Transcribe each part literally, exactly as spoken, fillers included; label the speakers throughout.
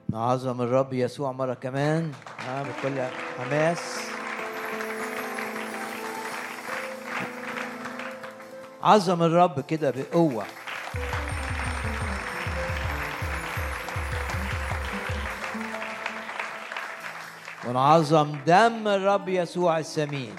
Speaker 1: نعظم الرب يسوع مرة كمان آه بكل حماس. عظم الرب كده بقوة. ونعظم دم الرب يسوع الثمين.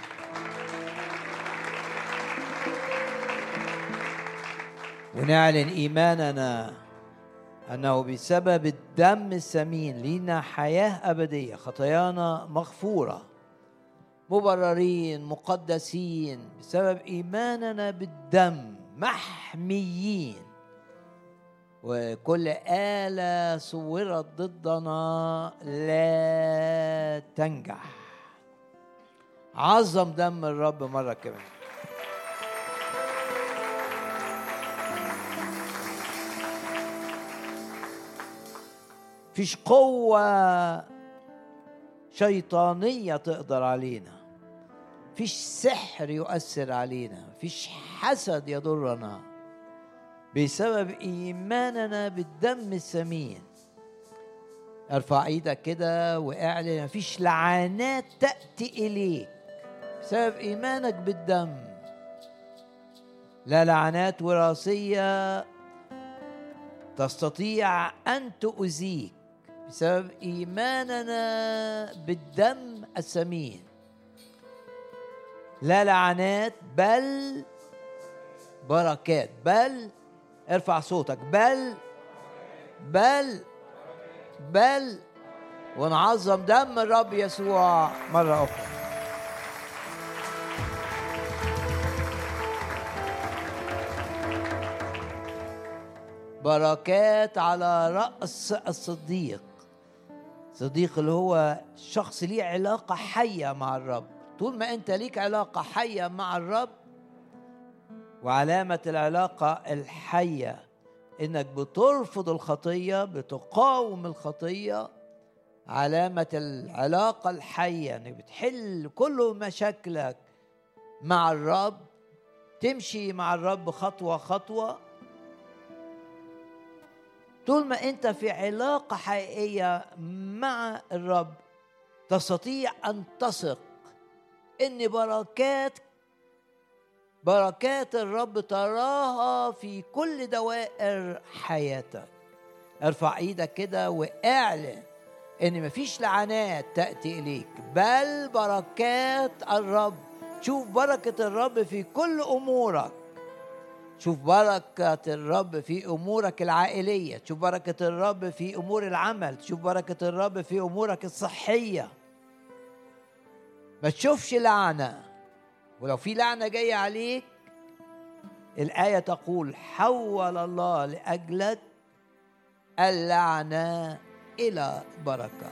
Speaker 1: ونعلن إيماننا أنه بسبب الدم الثمين لينا حياة أبدية، خطايانا مغفورة، مبررين، مقدسين بسبب إيماننا بالدم، محميين، وكل آلة صورت ضدنا لا تنجح. عظم دم الرب مرة كمان. فيش قوة شيطانية تقدر علينا، فيش سحر يؤثر علينا، فيش حسد يضرنا بسبب إيماننا بالدم الثمين. ارفع ايدك كده واعلن مفيش لعنات تأتي إليك بسبب إيمانك بالدم. لا لعنات وراثية تستطيع أن تؤذيك بسبب إيماننا بالدم الثمين. لا لعنات بل بركات. بل ارفع صوتك. بل بل بل ونعظم دم الرب يسوع مرة أخرى. بركات على رأس الصديق. صديق اللي هو شخص ليه علاقة حية مع الرب. طول ما أنت ليك علاقة حية مع الرب، وعلامة العلاقة الحية إنك بترفض الخطية، بتقاوم الخطية. علامة العلاقة الحية إنك بتحل كل مشاكلك مع الرب، تمشي مع الرب خطوة خطوة. طول ما أنت في علاقة حقيقية مع الرب تستطيع أن تثق إن بركات بركات الرب تراها في كل دوائر حياتك. ارفع ايدك كده واعلن ان مفيش لعنات تأتي إليك بل بركات الرب. شوف بركة الرب في كل أمورك. شوف بركة الرب في أمورك العائلية، شوف بركة الرب في أمور العمل، شوف بركة الرب في أمورك الصحية. ما تشوفش لعنة، ولو في لعنة جاية عليك الآية تقول حول الله لأجلك اللعنة إلى بركة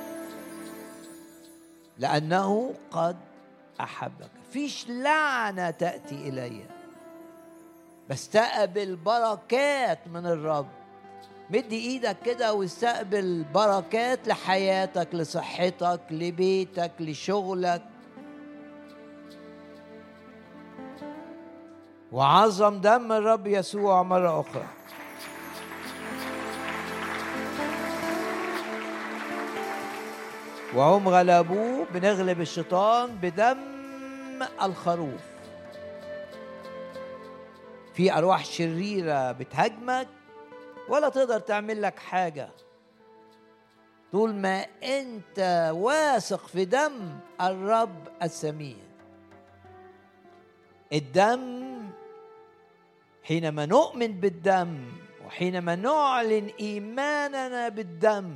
Speaker 1: لأنه قد أحبك. فيش لعنة تأتي إلي، بستقبل بركات من الرب. مدي إيدك كده واستقبل بركات لحياتك، لصحتك، لبيتك، لشغلك. وعظم دم الرب يسوع مرة أخرى. وهم غلبوه. بنغلب الشيطان بدم الخروف. في أرواح شريرة بتهاجمك ولا تقدر تعمل لك حاجة طول ما أنت واثق في دم الرب الثمين. الدم، حينما نؤمن بالدم وحينما نعلن إيماننا بالدم،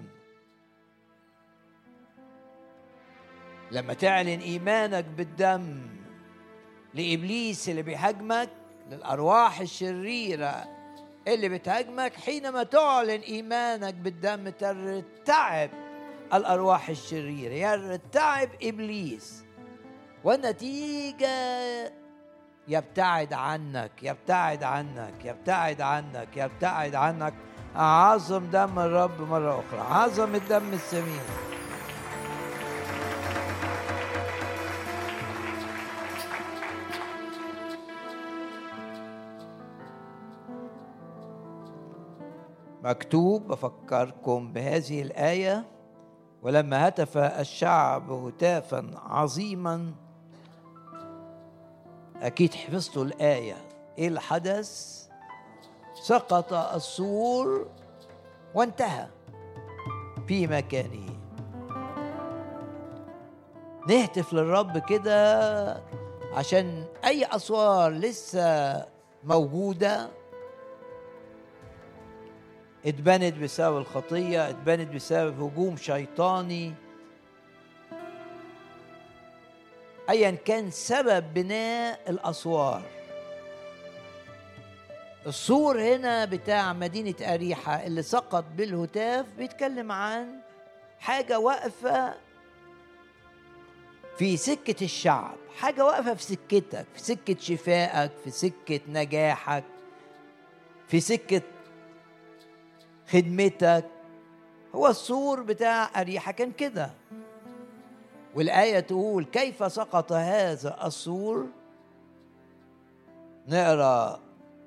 Speaker 1: لما تعلن إيمانك بالدم لإبليس اللي بيهاجمك، للأرواح الشريرة اللي بتهاجمك، حينما تعلن إيمانك بالدم ترتعب الأرواح الشريرة، يرتعب إبليس، والنتيجة يبتعد عنك يبتعد عنك يبتعد عنك يبتعد عنك. أعظم دم الرب مرة أخرى. عظم الدم الثمين. مكتوب، بفكركم بهذه الآية: ولما هتف الشعب هتافا عظيما. أكيد حفظتوا الآية. إيه الحدث؟ سقط السور وانتهى في مكانه. نهتف للرب كده عشان أي أسوار لسه موجودة اتبنت بسبب الخطية، اتبنت بسبب هجوم شيطاني، أيا كان سبب بناء الأسوار. السور هنا بتاع مدينة أريحة اللي سقط بالهتاف بيتكلم عن حاجة واقفة في سكة الشعب، حاجة واقفة في سكتك، في سكة شفائك، في سكة نجاحك، في سكة خدمتك. هو السور بتاع أريحة كان كده. والآية تقول: كيف سقط هذا السور؟ نقرأ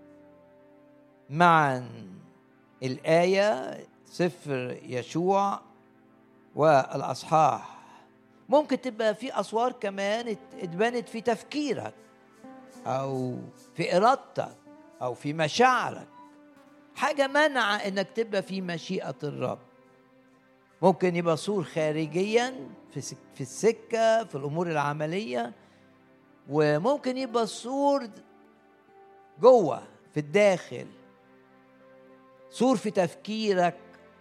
Speaker 1: معا الآية، سفر يشوع والأصحاح. ممكن تبقى في أسوار كمان اتبنت في تفكيرك أو في إرادتك أو في مشاعرك، حاجة منع إنك تبقى في مشيئة الرب. ممكن يبقى سور خارجيا في في السكة، في الأمور العملية، وممكن يبقى السور جوه في الداخل، سور في تفكيرك،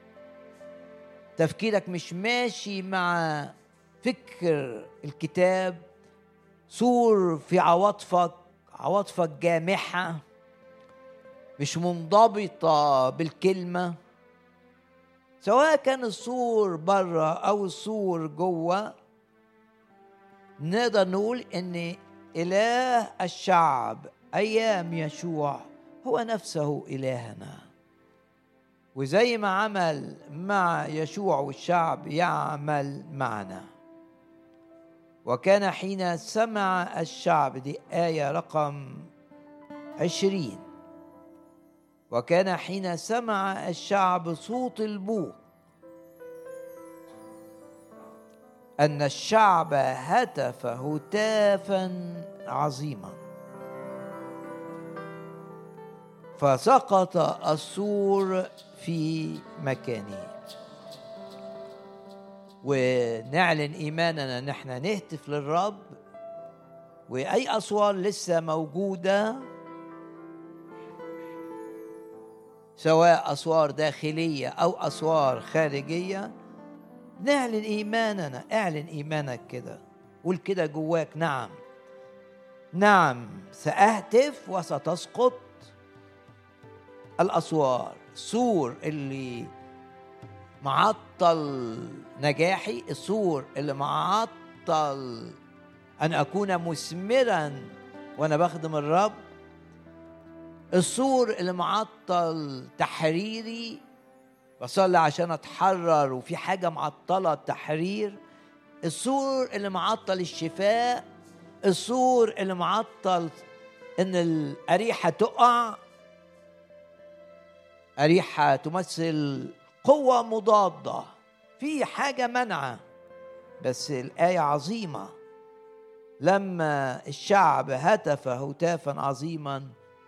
Speaker 1: تفكيرك مش ماشي مع فكر الكتاب، سور في عواطفك، عواطفك جامحة مش منضبطة بالكلمة. سواء كان السور بره أو السور جوه، نقدر نقول إن إله الشعب أيام يشوع هو نفسه إلهنا، وزي ما عمل مع يشوع والشعب يعمل معنا. وكان حين سمع الشعب، دي آية رقم عشرين، وكان حين سمع الشعب صوت البوق أن الشعب هتف هتافا عظيما، فسقط السور في مكانه. ونعلن إيماننا نحن نهتف للرب، وأي أسوار لسه موجودة، سواء أسوار داخلية أو أسوار خارجية، نعلن إيماننا. اعلن إيمانك كده، قول كده جواك: نعم نعم سأهتف وستسقط الأسوار. السور اللي معطل نجاحي، السور اللي معطل أن أكون مثمرا وأنا بخدم الرب، السور اللي معطل تحريري، بصلي عشان أتحرر وفي حاجة معطلة التحرير، السور اللي معطل الشفاء، السور اللي معطل إن الأريحة تقع. أريحة تمثل قوة مضادة، في حاجة منعة. بس الآية عظيمة: لما الشعب هتف هتافا عظيما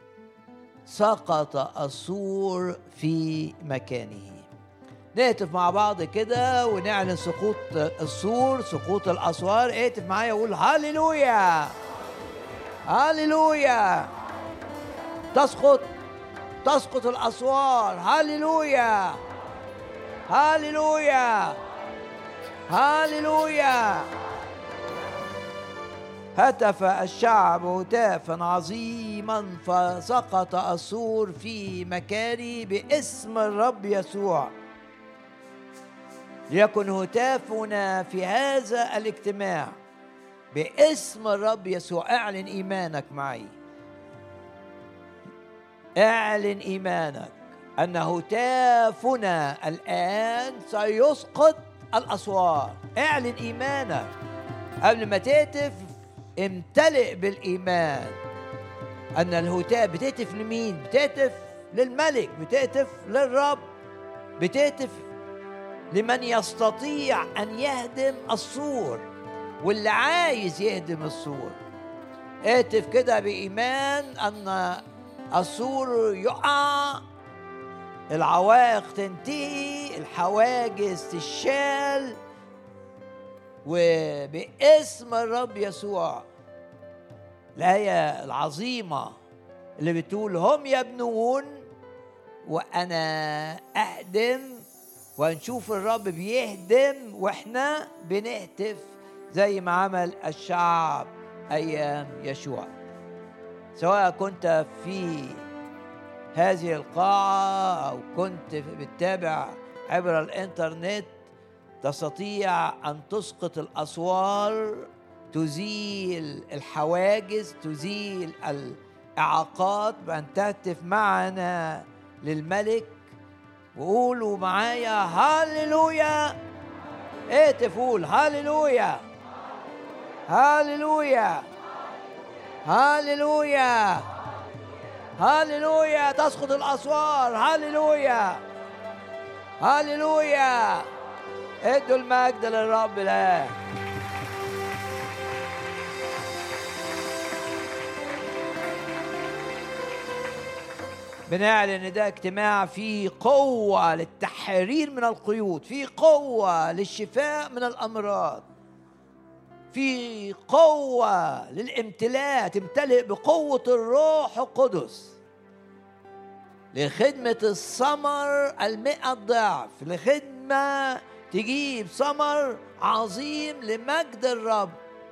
Speaker 1: سقط السور في مكانه. نهتف مع بعض كده ونعلن سقوط السور، سقوط الأسوار. اهتف معايا وقول: هاليلويا هاليلويا. تسقط تسقط الأسوار. هاليلويا هاليلويا هاليلويا. هتف الشعب هتافا عظيما فسقط السور في مكانه باسم الرب يسوع. ليكن هتافنا في هذا الاجتماع باسم الرب يسوع. اعلن إيمانك معي، اعلن إيمانك أن هتافنا الآن سيسقط الأسوار. اعلن إيمانك قبل ما تهتف، امتلئ بالإيمان أن الهتاف بتهتف لمين؟ بتهتف للملك، بتهتف للرب، بتهتف لمن يستطيع أن يهدم السور واللي عايز يهدم السور. اهتف كده بإيمان أن السور يقع، العوائق تنتهي، الحواجز تشال، وباسم الرب يسوع. الآية العظيمة اللي بتقول هم يبنون وأنا أهدم، ونشوف الرب بيهدم وإحنا بنهتف زي ما عمل الشعب أيام يشوع. سواء كنت في هذه القاعة أو كنت بتتابع عبر الإنترنت، تستطيع أن تسقط الأسوار، تزيل الحواجز، تزيل الإعاقات، بأن تهتف معنا للملك. وقولوا معايا هاليلويا. اهتف قول هاليلويا هاليلويا هاليلويا هاليلويا. تسقط الأسوار. هاليلويا هاليلويا. ادوا المجد للرب. لا بنعلن ان ده اجتماع فيه قوة للتحرير من القيود، فيه قوة للشفاء من الأمراض، فيه قوة للامتلاء، تمتلئ بقوة الروح القدس لخدمة الثمر المئة ضعف، لخدمة تجيب ثمر عظيم لمجد الرب.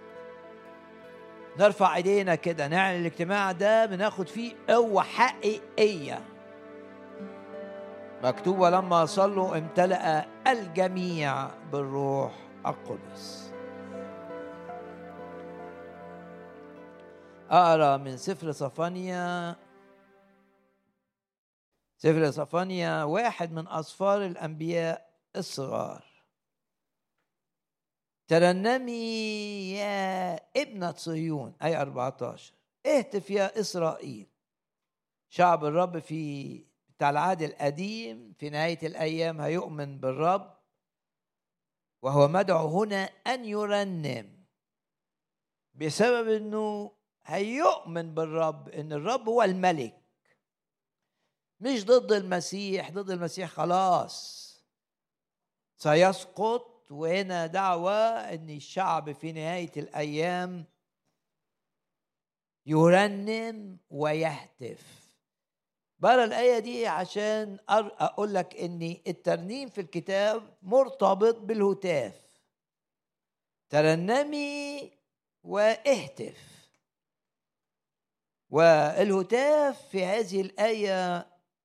Speaker 1: نرفع ايدينا كده، نعلن الاجتماع ده بناخد فيه قوة حقيقية. مكتوب لما صلوا امتلأ الجميع بالروح القدس. أقرأ من سفر صفانيا. سفر صفانيا واحد من أسفار الأنبياء الصغار. ترنمي يا ابنة صهيون، أي أربعة عشر. اهتف يا إسرائيل. شعب الرب في بتاع العهد القديم في نهاية الأيام هيؤمن بالرب، وهو مدعو هنا أن يرنم بسبب أنه هيؤمن بالرب، أن الرب هو الملك، مش ضد المسيح. ضد المسيح خلاص سيسقط. وهنا دعوة أن الشعب في نهاية الأيام يرنم ويهتف. بقرأ الآية دي عشان أقول لك أن الترنيم في الكتاب مرتبط بالهتاف. ترنمي واهتف. والهتاف في هذه الآية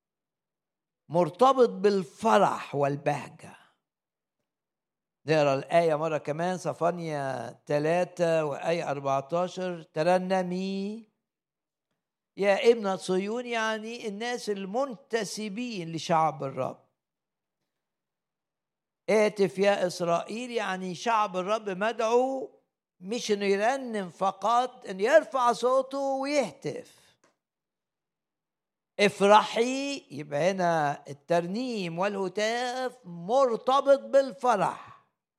Speaker 1: مرتبط بالفرح والبهجة. نقرأ الآية مرة كمان، صفانيا ثلاثة وآية أربعة عشر. ترنمي يا ابنة صهيون، يعني الناس المنتسبين لشعب الرب. اهتف يا إسرائيل، يعني شعب الرب مدعو مش انه يرنم فقط، انه يرفع صوته ويهتف. افرحي، يبقى هنا الترنيم والهتاف مرتبط بالفرح.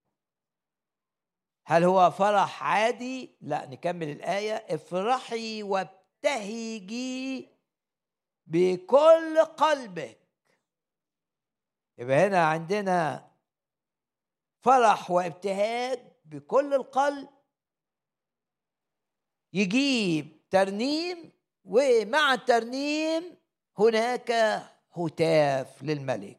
Speaker 1: هل هو فرح عادي؟ لا، نكمل الآية. افرحي وابتهجي بكل قلبك. يبقى هنا عندنا فرح وابتهاج بكل القلب، يجيب ترنيم، ومع الترنيم هناك هتاف للملك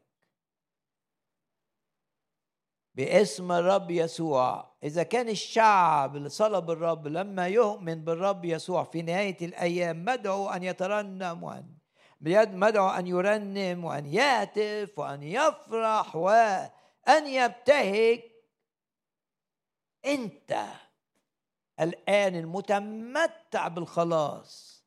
Speaker 1: باسم الرب يسوع. إذا كان الشعب اللي صلب الرب لما يؤمن بالرب يسوع في نهاية الأيام مدعو أن يترنم وأن مدعو أن يرنم وأن يهتف وأن يفرح وأن يبتهج، أنت الآن المتمتع بالخلاص،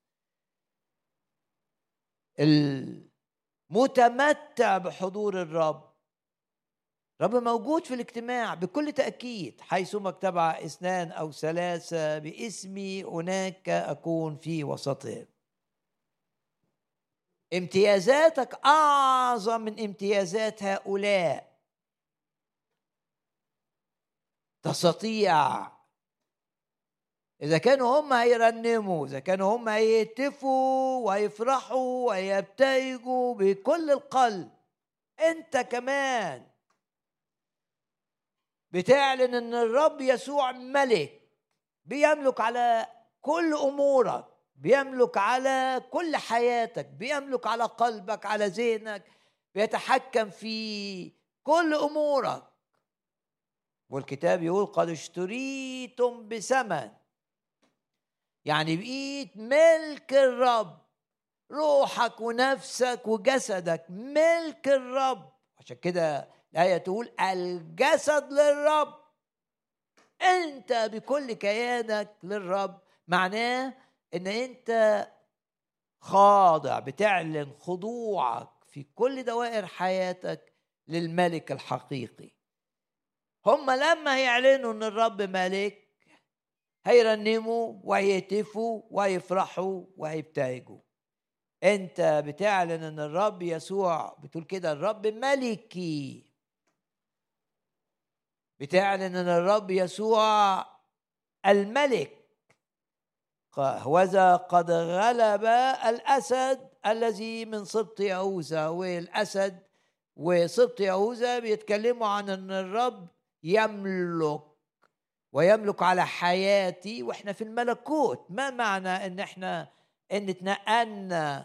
Speaker 1: المتمتع بحضور الرب. رب موجود في الاجتماع بكل تأكيد. حيثما اجتمع اثنان أو ثلاثة، باسمي هناك أكون في وسطهم. امتيازاتك أعظم من امتيازات هؤلاء. تستطيع إذا كانوا هم هيرنموا، إذا كانوا هم هيهتفوا وهيفرحوا ويبتهجوا بكل القلب، أنت كمان بتعلن أن الرب يسوع ملك، بيملك على كل أمورك، بيملك على كل حياتك، بيملك على قلبك، على ذهنك، بيتحكم في كل أمورك. والكتاب يقول قد اشتريتم بثمن، يعني بقيت ملك الرب، روحك ونفسك وجسدك ملك الرب. عشان كده الآية تقول الجسد للرب، انت بكل كيانك للرب. معناه ان انت خاضع، بتعلن خضوعك في كل دوائر حياتك للملك الحقيقي. هم لما هيعلنوا ان الرب ملك هيرنموا وهيهتفوا وهيفرحوا وهيبتهجوا. انت بتعلن ان الرب يسوع، بتقول كده الرب ملكي، بتعلن ان الرب يسوع الملك. هوذا قد غلب الأسد الذي من سبط يهوذا. والأسد وسبط يهوذا بيتكلموا عن أن الرب يملك ويملك على حياتي وإحنا في الملكوت. ما معنى أن إحنا أن اتنقلنا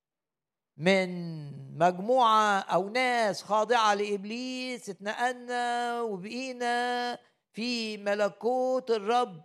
Speaker 1: من مجموعة أو ناس خاضعة لإبليس، اتنقلنا وبقينا في ملكوت الرب.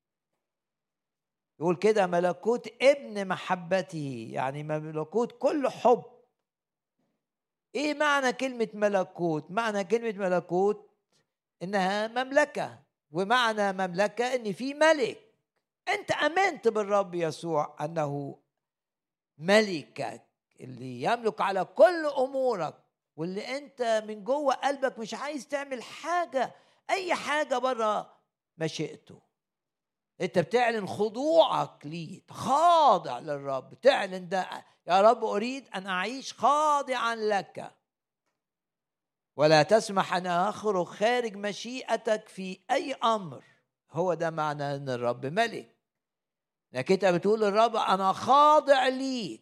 Speaker 1: يقول كده ملكوت ابن محبته، يعني ملكوت كل حب. ايه معنى كلمة ملكوت؟ معنى كلمة ملكوت انها مملكة، ومعنى مملكة ان في ملك. انت امنت بالرب يسوع انه ملكك اللي يملك على كل امورك، واللي انت من جوه قلبك مش عايز تعمل حاجة، اي حاجة بره مشيئته. انت بتعلن خضوعك ليه، خاضع للرب، تعلن ده يا رب اريد ان اعيش خاضعا لك، ولا تسمح ان اخرج خارج مشيئتك في اي امر. هو ده معنى ان الرب ملك. لكن انت بتقول للرب انا خاضع ليك،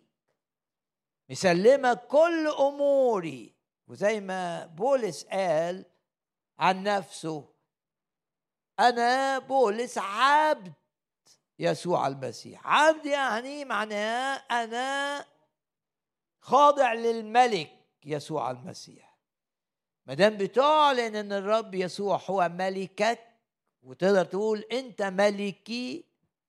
Speaker 1: مسلمك كل اموري. وزي ما بولس قال عن نفسه انا بولس عبد يسوع المسيح. عبد يعني معناه أنا خاضع للملك يسوع المسيح. ما دام بتعلن أن الرب يسوع هو ملكك، وتقدر تقول أنت ملكي،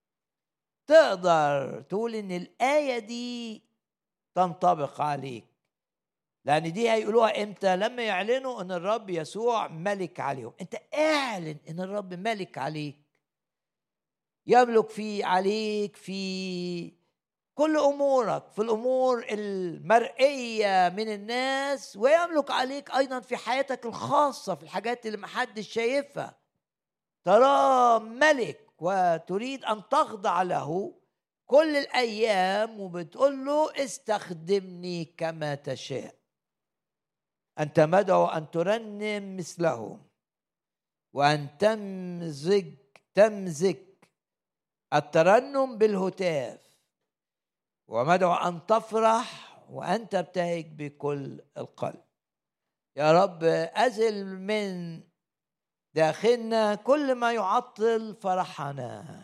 Speaker 1: تقدر تقول أن الآية دي تنطبق عليك. لأن دي هيقولوها إمتى؟ لما يعلنوا أن الرب يسوع ملك عليهم. أنت اعلن أن الرب ملك عليك، يملك في عليك في كل أمورك، في الأمور المرئية من الناس، ويملك عليك أيضا في حياتك الخاصة، في الحاجات اللي محدش شايفها. تراه ملك وتريد أن تخضع له كل الأيام، وبتقول له استخدمني كما تشاء. أنت مدعو أن ترنم مثلهم، وأن تمزج تمزج الترنم بالهتاف، ومدعو أن تفرح وأن تبتهج بكل القلب. يا رب أزل من داخلنا كل ما يعطل فرحنا،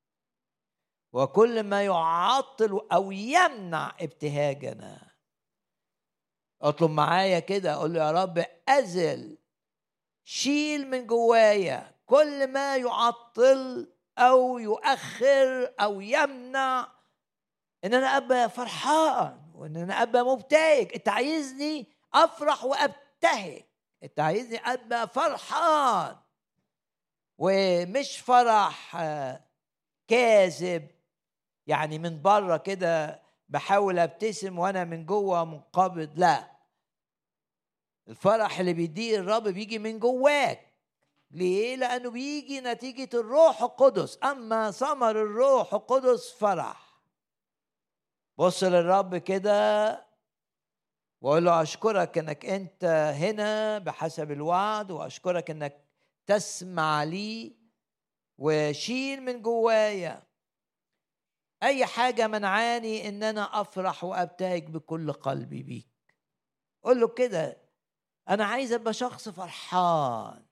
Speaker 1: وكل ما يعطل أو يمنع ابتهاجنا. اطلب معايا كده، أقول له يا رب أزل، شيل من جوايا كل ما يعطل أو يؤخر أو يمنع ان انا ابقى فرحان وان انا ابقى مبتهج. انت عايزني افرح وابتهج، انت عايزني ابقى فرحان، ومش فرح كاذب يعني من بره كده بحاول ابتسم وانا من جوه منقبض. لا، الفرح اللي بيديه الرب بيجي من جواك. ليه؟ لانه بيجي نتيجة الروح القدس. اما ثمر الروح القدس فرح. بص للرب كده واقول له اشكرك انك انت هنا بحسب الوعد، واشكرك انك تسمع لي، وشيل من جوايا اي حاجه منعاني ان انا افرح وابتهج بكل قلبي بيك. قول له كده، انا عايز ابقى شخص فرحان.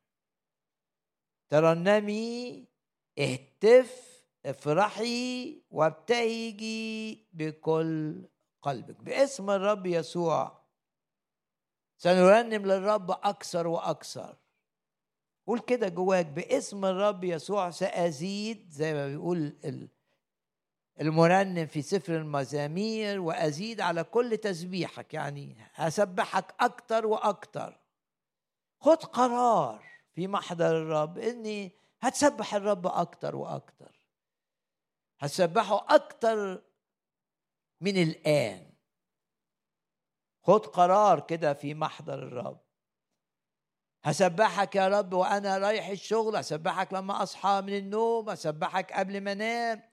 Speaker 1: ترنمي، اهتف، افرحي وابتهجي بكل قلبك. باسم الرب يسوع سنرنم للرب اكثر واكثر. قول كده جواك، باسم الرب يسوع سأزيد، زي ما بيقول المرنم في سفر المزامير، وأزيد على كل تسبيحك. يعني هسبحك أكتر وأكتر. خد قرار في محضر الرب إني هتسبح الرب أكتر وأكتر، هتسبحه أكتر من الآن. خد قرار كده في محضر الرب. هسبحك يا رب وأنا رايح الشغل، هسبحك لما أصحى من النوم، هسبحك قبل ما أنام،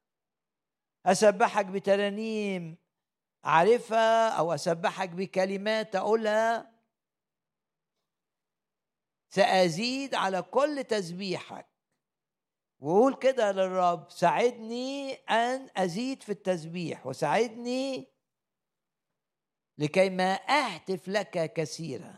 Speaker 1: هسبحك بترانيم أعرفها أو أسبحك بكلمات أقولها. سأزيد على كل تسبيحك. وقول كده للرب، ساعدني أن أزيد في التسبيح، وساعدني لكي ما أهتف لك كثيرا،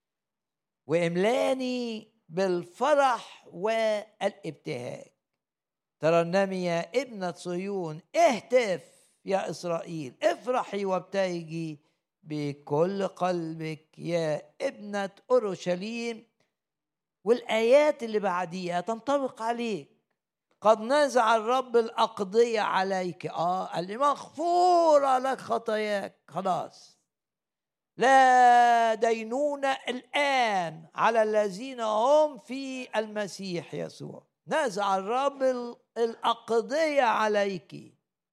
Speaker 1: وإملاني بالفرح والابتهاج. ترنمي يا ابنة صهيون، اهتف يا إسرائيل، افرحي وابتهجي بكل قلبك يا ابنة أورشليم. والآيات اللي بعديها تنطبق عليك. قد نزع الرب الأقضية عليك. آه قال لي مغفورة لك خطاياك. خلاص، لا دينونة الآن على الذين هم في المسيح يسوع. نزع الرب الأقضية عليك،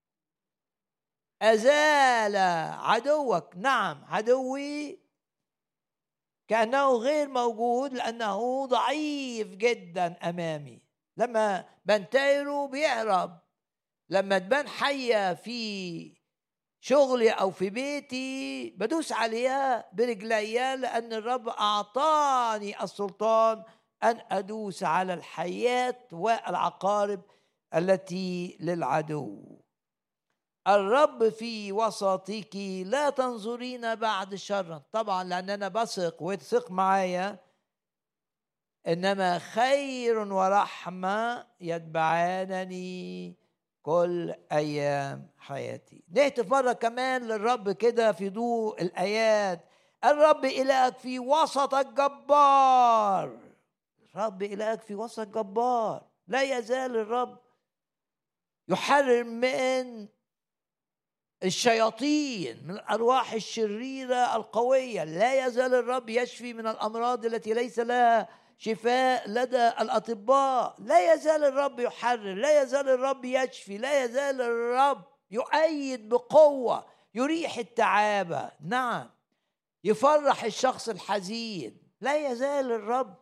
Speaker 1: أزال عدوك. نعم، عدوي كأنه غير موجود لأنه ضعيف جدا أمامي. لما بنتهره بيهرب. لما تبان حية في شغلي أو في بيتي بدوس عليها برجليا، لأن الرب أعطاني السلطان أن أدوس على الحيات والعقارب التي للعدو. الرب في وسطك، لا تنظرين بعد شرا. طبعا لأن أنا بثق وثق معايا، إنما خير ورحمة يتبعانني كل أيام حياتي. نهتف مرة كمان للرب كده في ضوء الآيات. الرب إلهك في وسطك جبار. الرب إلهك في وسط جبار. لا يزال الرب يحرر من الشياطين، من الأرواح الشريرة القوية. لا يزال الرب يشفي من الأمراض التي ليس لها شفاء لدى الأطباء. لا يزال الرب يحرر، لا يزال الرب يشفي، لا يزال الرب يؤيد بقوة، يريح التعابة. نعم، يفرح الشخص الحزين. لا يزال الرب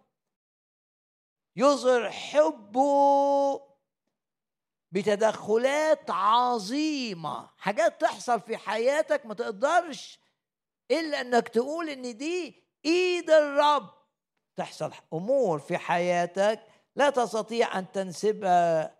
Speaker 1: يظهر حبه بتدخلات عظيمة. حاجات تحصل في حياتك ما تقدرش إلا أنك تقول إن دي إيد الرب. تحصل أمور في حياتك لا تستطيع أن تنسبها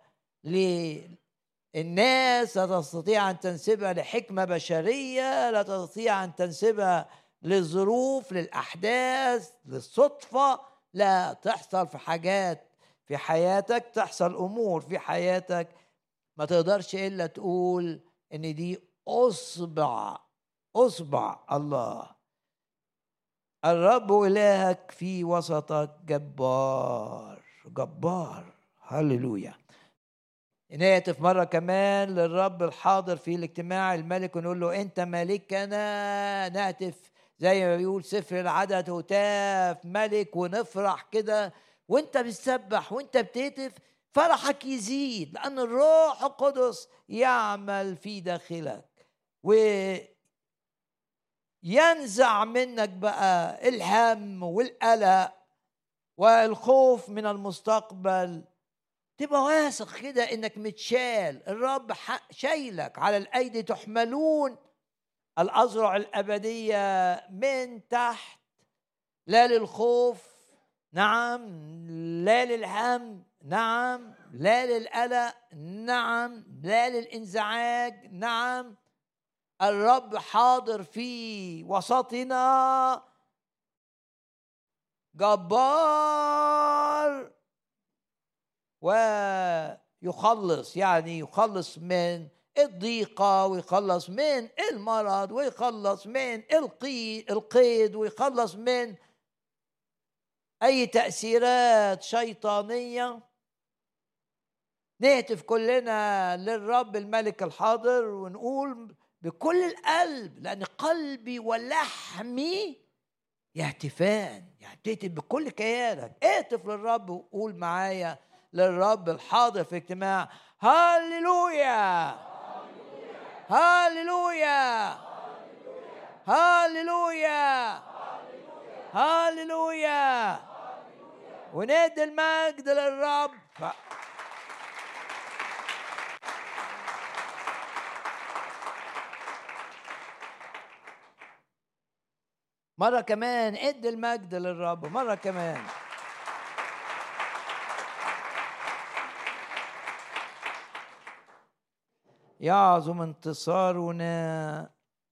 Speaker 1: للناس، لا تستطيع أن تنسبها لحكمة بشرية، لا تستطيع أن تنسبها للظروف، للأحداث، للصدفة. لا، تحصل في حاجات في حياتك، تحصل أمور في حياتك ما تقدرش إلا تقول إن دي أصبع أصبع الله. الرب إلهك في وسطك جبار جبار. هللويا. نهتف مرة كمان للرب الحاضر في الاجتماع الملك ونقول له أنت ملكنا. نهتف زي ما بيقول سفر العدد، هتاف ملك، ونفرح كده وانت بتسبح وانت بتهتف. فرحك يزيد لأن الروح القدس يعمل في داخلك، وينزع منك بقى الهم والقلق والخوف من المستقبل. تبقى واثق كده انك متشال. الرب شايلك على الايدي تحملون الأذرع الأبدية من تحت، لا للخوف، نعم، لا للهم، نعم، لا للقلق، نعم، لا للانزعاج، نعم. الرب حاضر في وسطنا، جبار، ويخلص، يعني يخلص من الضيقة، ويخلص من المرض، ويخلص من القيد، ويخلص من أي تأثيرات شيطانية. نهتف كلنا للرب الملك الحاضر ونقول بكل القلب، لأن قلبي ولحمي يهتفان. يعني تهتف بكل كيانك، اهتف للرب وقول معايا للرب الحاضر في اجتماع: هاليلويا، هاليلويا، هاليلويا، هاليلويا. وندي المجد للرب. مرة كمان ادي المجد للرب، مرة كمان. يعظم انتصارنا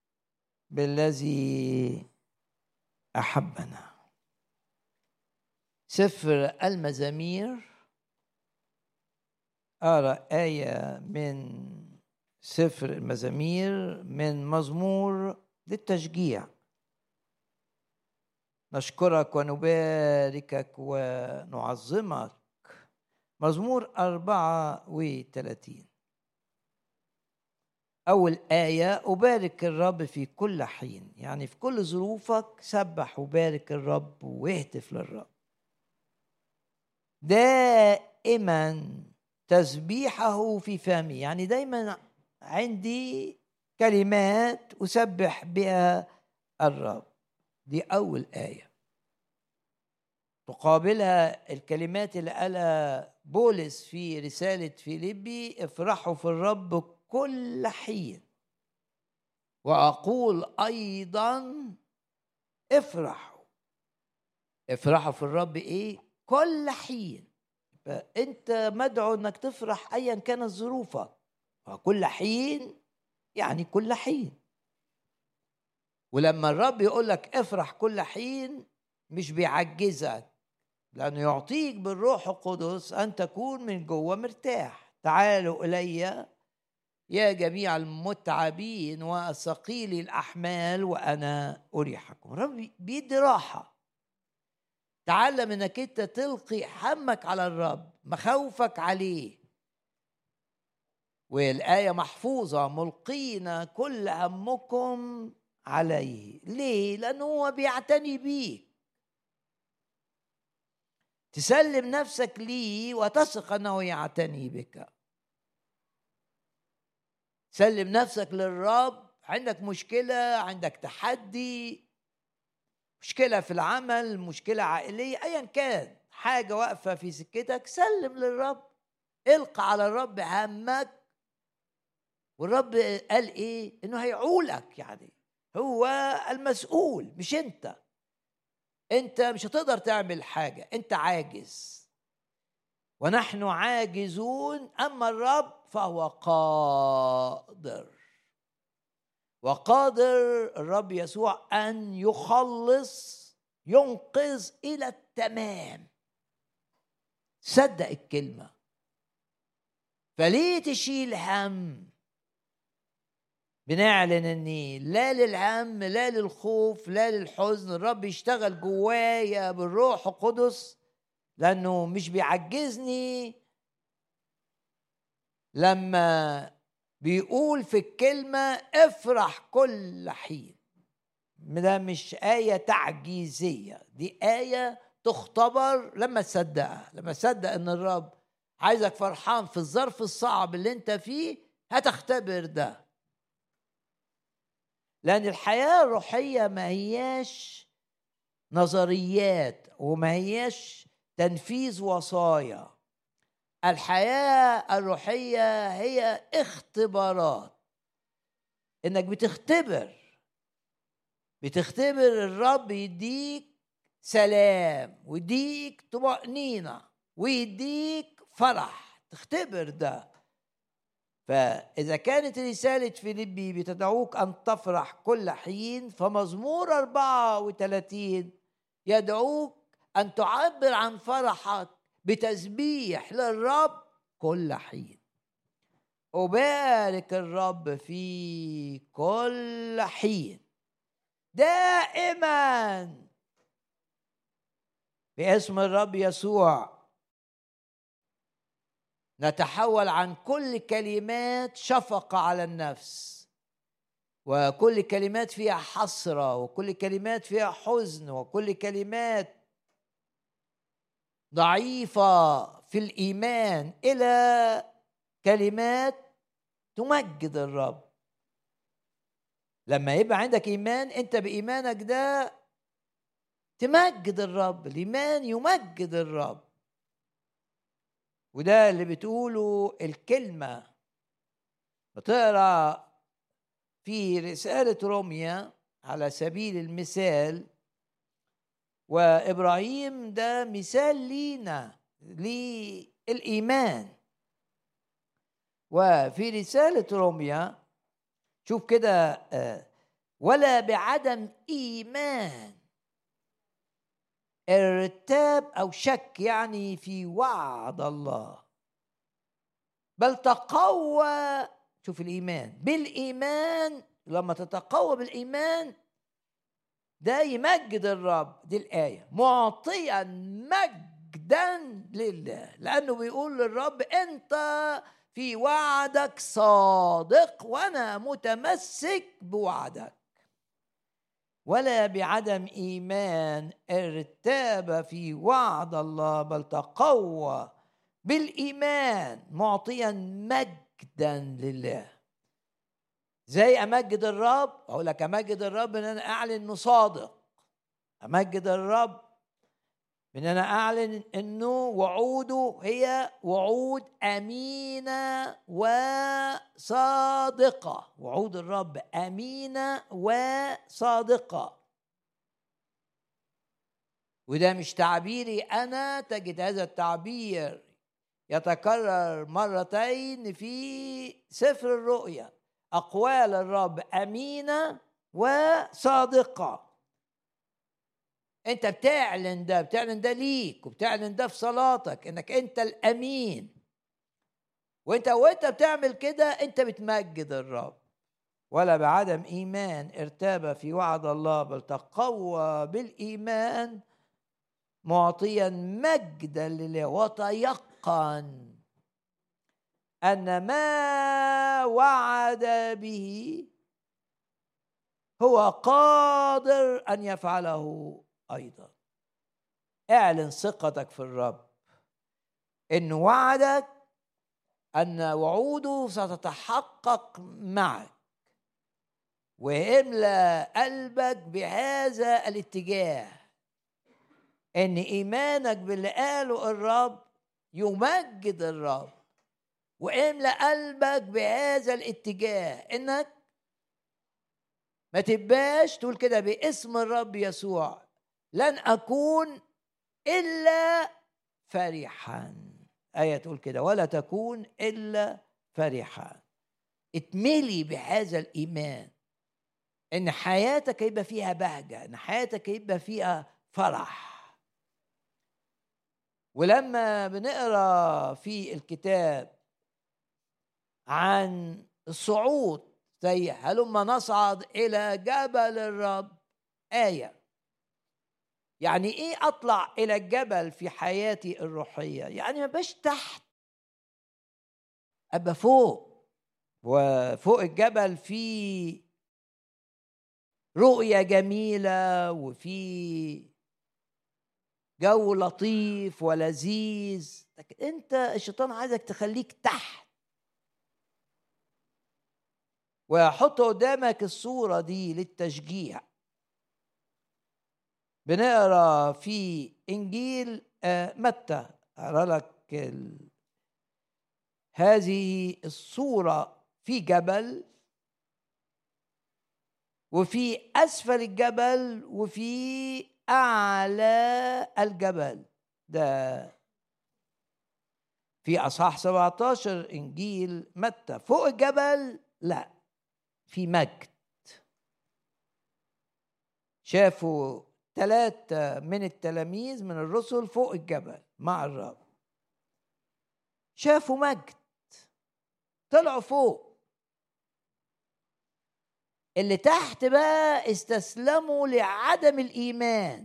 Speaker 1: بالذي أحبنا. سفر المزامير، أرى آية من سفر المزامير من مزمور للتشجيع. نشكرك ونباركك ونعظمك. مزمور أربعة وثلاثين، أول آية: أبارك الرب في كل حين. يعني في كل ظروفك سبح وبارك الرب واهتف للرب. دائما تسبيحه في فمي، يعني دايما عندي كلمات أسبح بها الرب. دي أول آية. تقابلها الكلمات اللي قالها بولس في رسالة فيليبي: افرحوا في الرب كل حين، وأقول أيضا افرحوا. افرحوا في الرب إيه؟ كل حين. فأنت مدعو أنك تفرح أيا كانت ظروفك. وكل حين يعني كل حين. ولما الرب يقول لك افرح كل حين مش بيعجزك، لأنه يعطيك بالروح القدس أن تكون من جوه مرتاح. تعالوا إلي يا جميع المتعبين وثقيلي الأحمال وأنا أريحكم. الرب بيدي راحة. تعلم أنك أنت تلقي همك على الرب، مخاوفك عليه. والآية محفوظة: ملقين كل همكم عليه. ليه؟ لأنه هو بيعتني بيك. تسلم نفسك ليه وتثق أنه يعتني بك. سلم نفسك للرب. عندك مشكلة، عندك تحدي، مشكلة في العمل، مشكلة عائلية، أيا كان حاجة واقفة في سكتك، سلم للرب. القى على الرب همك. والرب قال إيه؟ إنه هيعولك. يعني هو المسؤول مش أنت. أنت مش هتقدر تعمل حاجة، أنت عاجز ونحن عاجزون، أما الرب فهو قادر. وقادر الرب يسوع أن يخلص، ينقذ إلى التمام. صدق الكلمة. فليه تشيل هم؟ بنعلن أني لا للهم، لا للخوف، لا للحزن. الرب يشتغل جوايا بالروح القدس، لأنه مش بيعجزني. لما بيقول في الكلمة افرح كل حين، ده مش آية تعجيزية، دي آية تختبر لما تصدقها. لما تصدق ان الرب عايزك فرحان في الظرف الصعب اللي انت فيه، هتختبر ده. لأن الحياة الروحية ما هياش نظريات وما هياش تنفيذ وصايا. الحياة الروحية هي اختبارات. انك بتختبر بتختبر الرب يديك سلام ويديك طمأنينة ويديك فرح، تختبر ده. فإذا كانت رسالة فيليبي بتدعوك أن تفرح كل حين، فمزمور أربعة وثلاثين يدعوك أن تعبر عن فرحك بتسبيح للرب كل حين. أبارك الرب في كل حين دائما باسم الرب يسوع. نتحول عن كل كلمات شفقة على النفس، وكل كلمات فيها حسرة، وكل كلمات فيها حزن، وكل كلمات ضعيفة في الإيمان، إلى كلمات تمجد الرب. لما يبقى عندك إيمان، أنت بإيمانك ده تمجد الرب. الإيمان يمجد الرب، وده اللي بتقوله الكلمة. بتقرأ في رسالة روميا على سبيل المثال، وإبراهيم ده مثال لينا للإيمان. وفي رسالة روميا شوف كده، ولا بعدم إيمان ارتاب أو شك يعني في وعد الله، بل تقوى. شوف الإيمان بالإيمان، لما تتقوى بالإيمان ده يمجد الرب. دي الآية، معطيا مجدا لله، لأنه بيقول للرب أنت في وعدك صادق وأنا متمسك بوعدك. ولا بعدم إيمان ارتاب في وعد الله، بل تقوى بالإيمان معطيا مجدا لله. زي أمجد الرب، أقول لك أمجد الرب إن أنا أعلن إنه صادق. أمجد الرب إن أنا أعلن إنه وعوده هي وعود أمينة وصادقة. وعود الرب أمينة وصادقة، وده مش تعبيري أنا. تجد هذا التعبير يتكرر مرتين في سفر الرؤيا. أقوال الرب أمينة وصادقة. أنت بتعلن ده، بتعلن ده ليك، وبتعلن ده في صلاتك إنك أنت الأمين. وأنت وأنت بتعمل كده أنت بتمجد الرب. ولا بعدم إيمان ارتاب في وعد الله، بل تقوى بالإيمان معطيا مجدا لله، وتيقن أن ما وعد به هو قادر أن يفعله أيضا. اعلن ثقتك في الرب إن وعدك، أن وعوده ستتحقق معك، واملأ قلبك بهذا الاتجاه، إن إيمانك باللي قاله الرب يمجد الرب. واملأ قلبك بهذا الاتجاه، إنك ما تبقاش تقول كده باسم الرب يسوع لن أكون إلا فرحا. آية تقول كده، ولا تكون إلا فرحا. اتملي بهذا الإيمان إن حياتك يبقى فيها بهجة، إن حياتك يبقى فيها فرح. ولما بنقرأ في الكتاب عن الصعود، زي هلما نصعد إلى جبل الرب، آية يعني إيه أطلع إلى الجبل في حياتي الروحية؟ يعني ما بقاش تحت، أبقى فوق. وفوق الجبل في رؤية جميلة، وفي جو لطيف ولذيذ. لكن أنت الشيطان عايزك تخليك تحت، ويحط قدامك الصورة دي للتشجيع. بنقرأ في إنجيل متى، أقرأ لك ال... هذه الصورة في جبل، وفي أسفل الجبل وفي أعلى الجبل. ده في أصحاح سبعة عشر إنجيل متى. فوق الجبل لا، في مجد. شافوا ثلاثة من التلاميذ من الرسل فوق الجبل مع الرب، شافوا مجد، طلعوا فوق. اللي تحت بقى استسلموا لعدم الإيمان،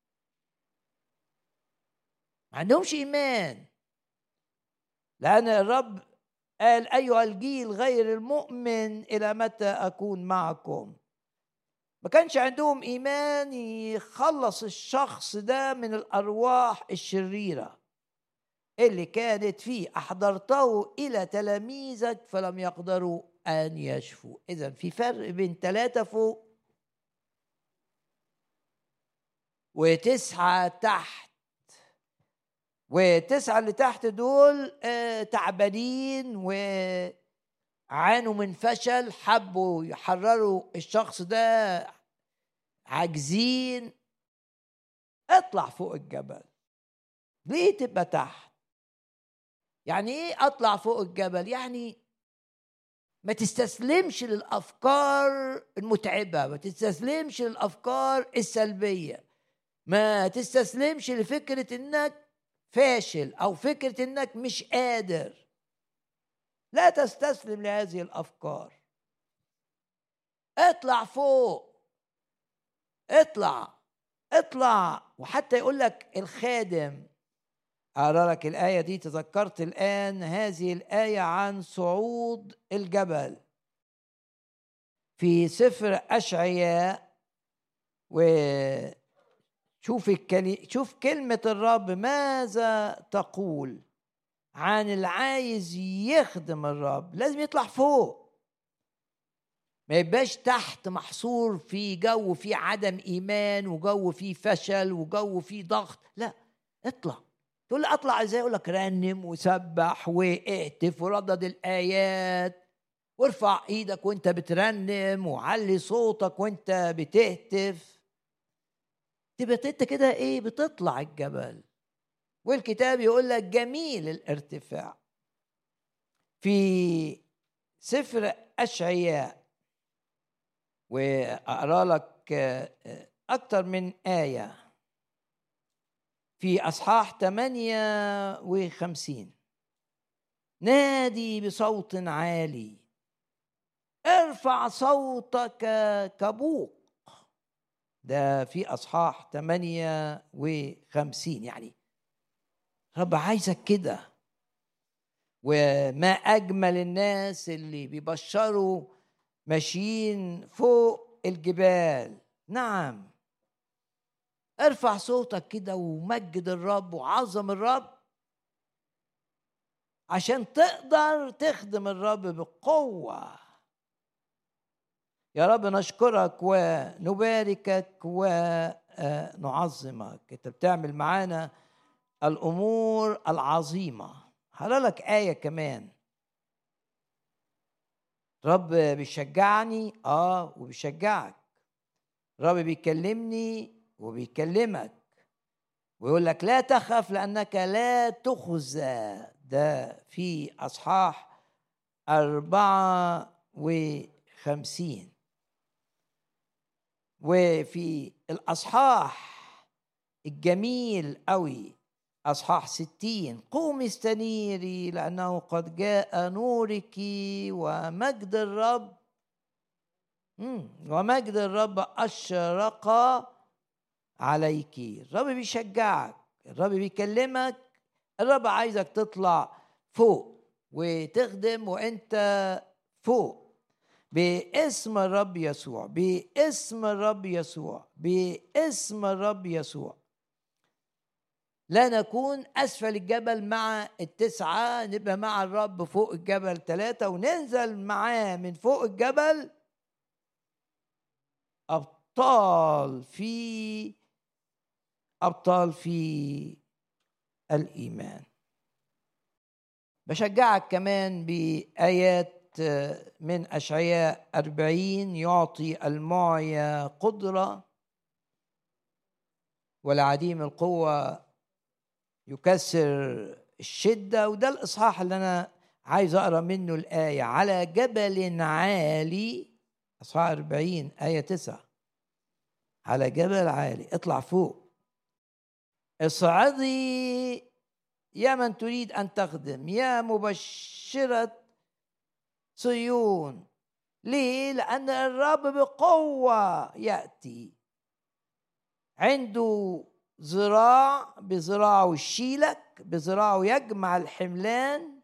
Speaker 1: ما عندهمش إيمان، لأن الرب قال أيها الجيل غير المؤمن إلى متى أكون معكم. ما كانش عندهم إيمان يخلص الشخص ده من الأرواح الشريرة اللي كانت فيه. أحضرته إلى تلاميذك فلم يقدروا أن يشفوا. إذن في فرق بين ثلاثة فوق وتسعة تحت. وتسعة اللي تحت دول آه تعبانين وعانوا من فشل، حبوا يحرروا الشخص ده، عاجزين. اطلع فوق الجبل. ليه تبقى تحت؟ يعني ايه اطلع فوق الجبل؟ يعني ما تستسلمش للأفكار المتعبة، ما تستسلمش للأفكار السلبية، ما تستسلمش لفكرة انك فاشل او فكرة انك مش قادر. لا تستسلم لهذه الأفكار. اطلع فوق، اطلع اطلع. وحتى يقول لك الخادم، أقرأ لك الآية دي، تذكرت الآن هذه الآية عن صعود الجبل في سفر أشعياء. وشوف الكلي... شوف كلمة الرب ماذا تقول عن اللي عايز يخدم الرب. لازم يطلع فوق، ما يبقاش تحت محصور في جو فيه عدم إيمان وجو فيه فشل وجو فيه ضغط. لا، اطلع. تقول لي اطلع ازاي؟ اقول لك رنم وسبح واهتف وردد الايات وارفع ايدك وانت بترنم وعلي صوتك وانت بتهتف. تبقى انت كده ايه؟ بتطلع الجبل. والكتاب يقول لك جميل الارتفاع. في سفر أشعياء، واقرا لك اكتر من آية في أصحاح ثمانية وخمسين. نادي بصوت عالي، ارفع صوتك كبوق. ده في أصحاح ثمانية وخمسين. يعني رب عايزك كده. وما أجمل الناس اللي بيبشروا ماشيين فوق الجبال. نعم، ارفع صوتك كده ومجد الرب وعظم الرب عشان تقدر تخدم الرب بقوة. يا رب نشكرك ونباركك ونعظمك. انت بتعمل معانا الأمور العظيمة. هقرا لك آية كمان. رب بيشجعني اه وبيشجعك. رب بيكلمني وبيكلمك ويقول لك لا تخف لأنك لا تخزى. ده في أصحاح أربعة وخمسين. وفي الأصحاح الجميل قوي أصحاح ستين، قومي استنيري لأنه قد جاء نورك ومجد الرب مم. ومجد الرب أشرق عليك. الرب بيشجعك، الرب بيكلمك، الرب عايزك تطلع فوق وتخدم وانت فوق باسم الرب يسوع، باسم الرب يسوع، باسم الرب يسوع. لا نكون أسفل الجبل مع التسعة، نبقى مع الرب فوق الجبل ثلاثة وننزل معاه من فوق الجبل أبطال في أبطال في الإيمان. بشجعك كمان بآيات من أشعياء أربعين: يعطي المعيا قدرة والعديم القوة يكسر الشدة. وده الإصحاح اللي أنا عايز أقرأ منه الآية: على جبل عالي، إصحاح أربعين آية تسعة، على جبل عالي، اطلع فوق، اصعدي يا من تريد أن تخدم، يا مبشرة صيون. ليه؟ لأن الرب بقوة يأتي، عنده ذراع، بذراعه يشيلك، بذراعه يجمع الحملان،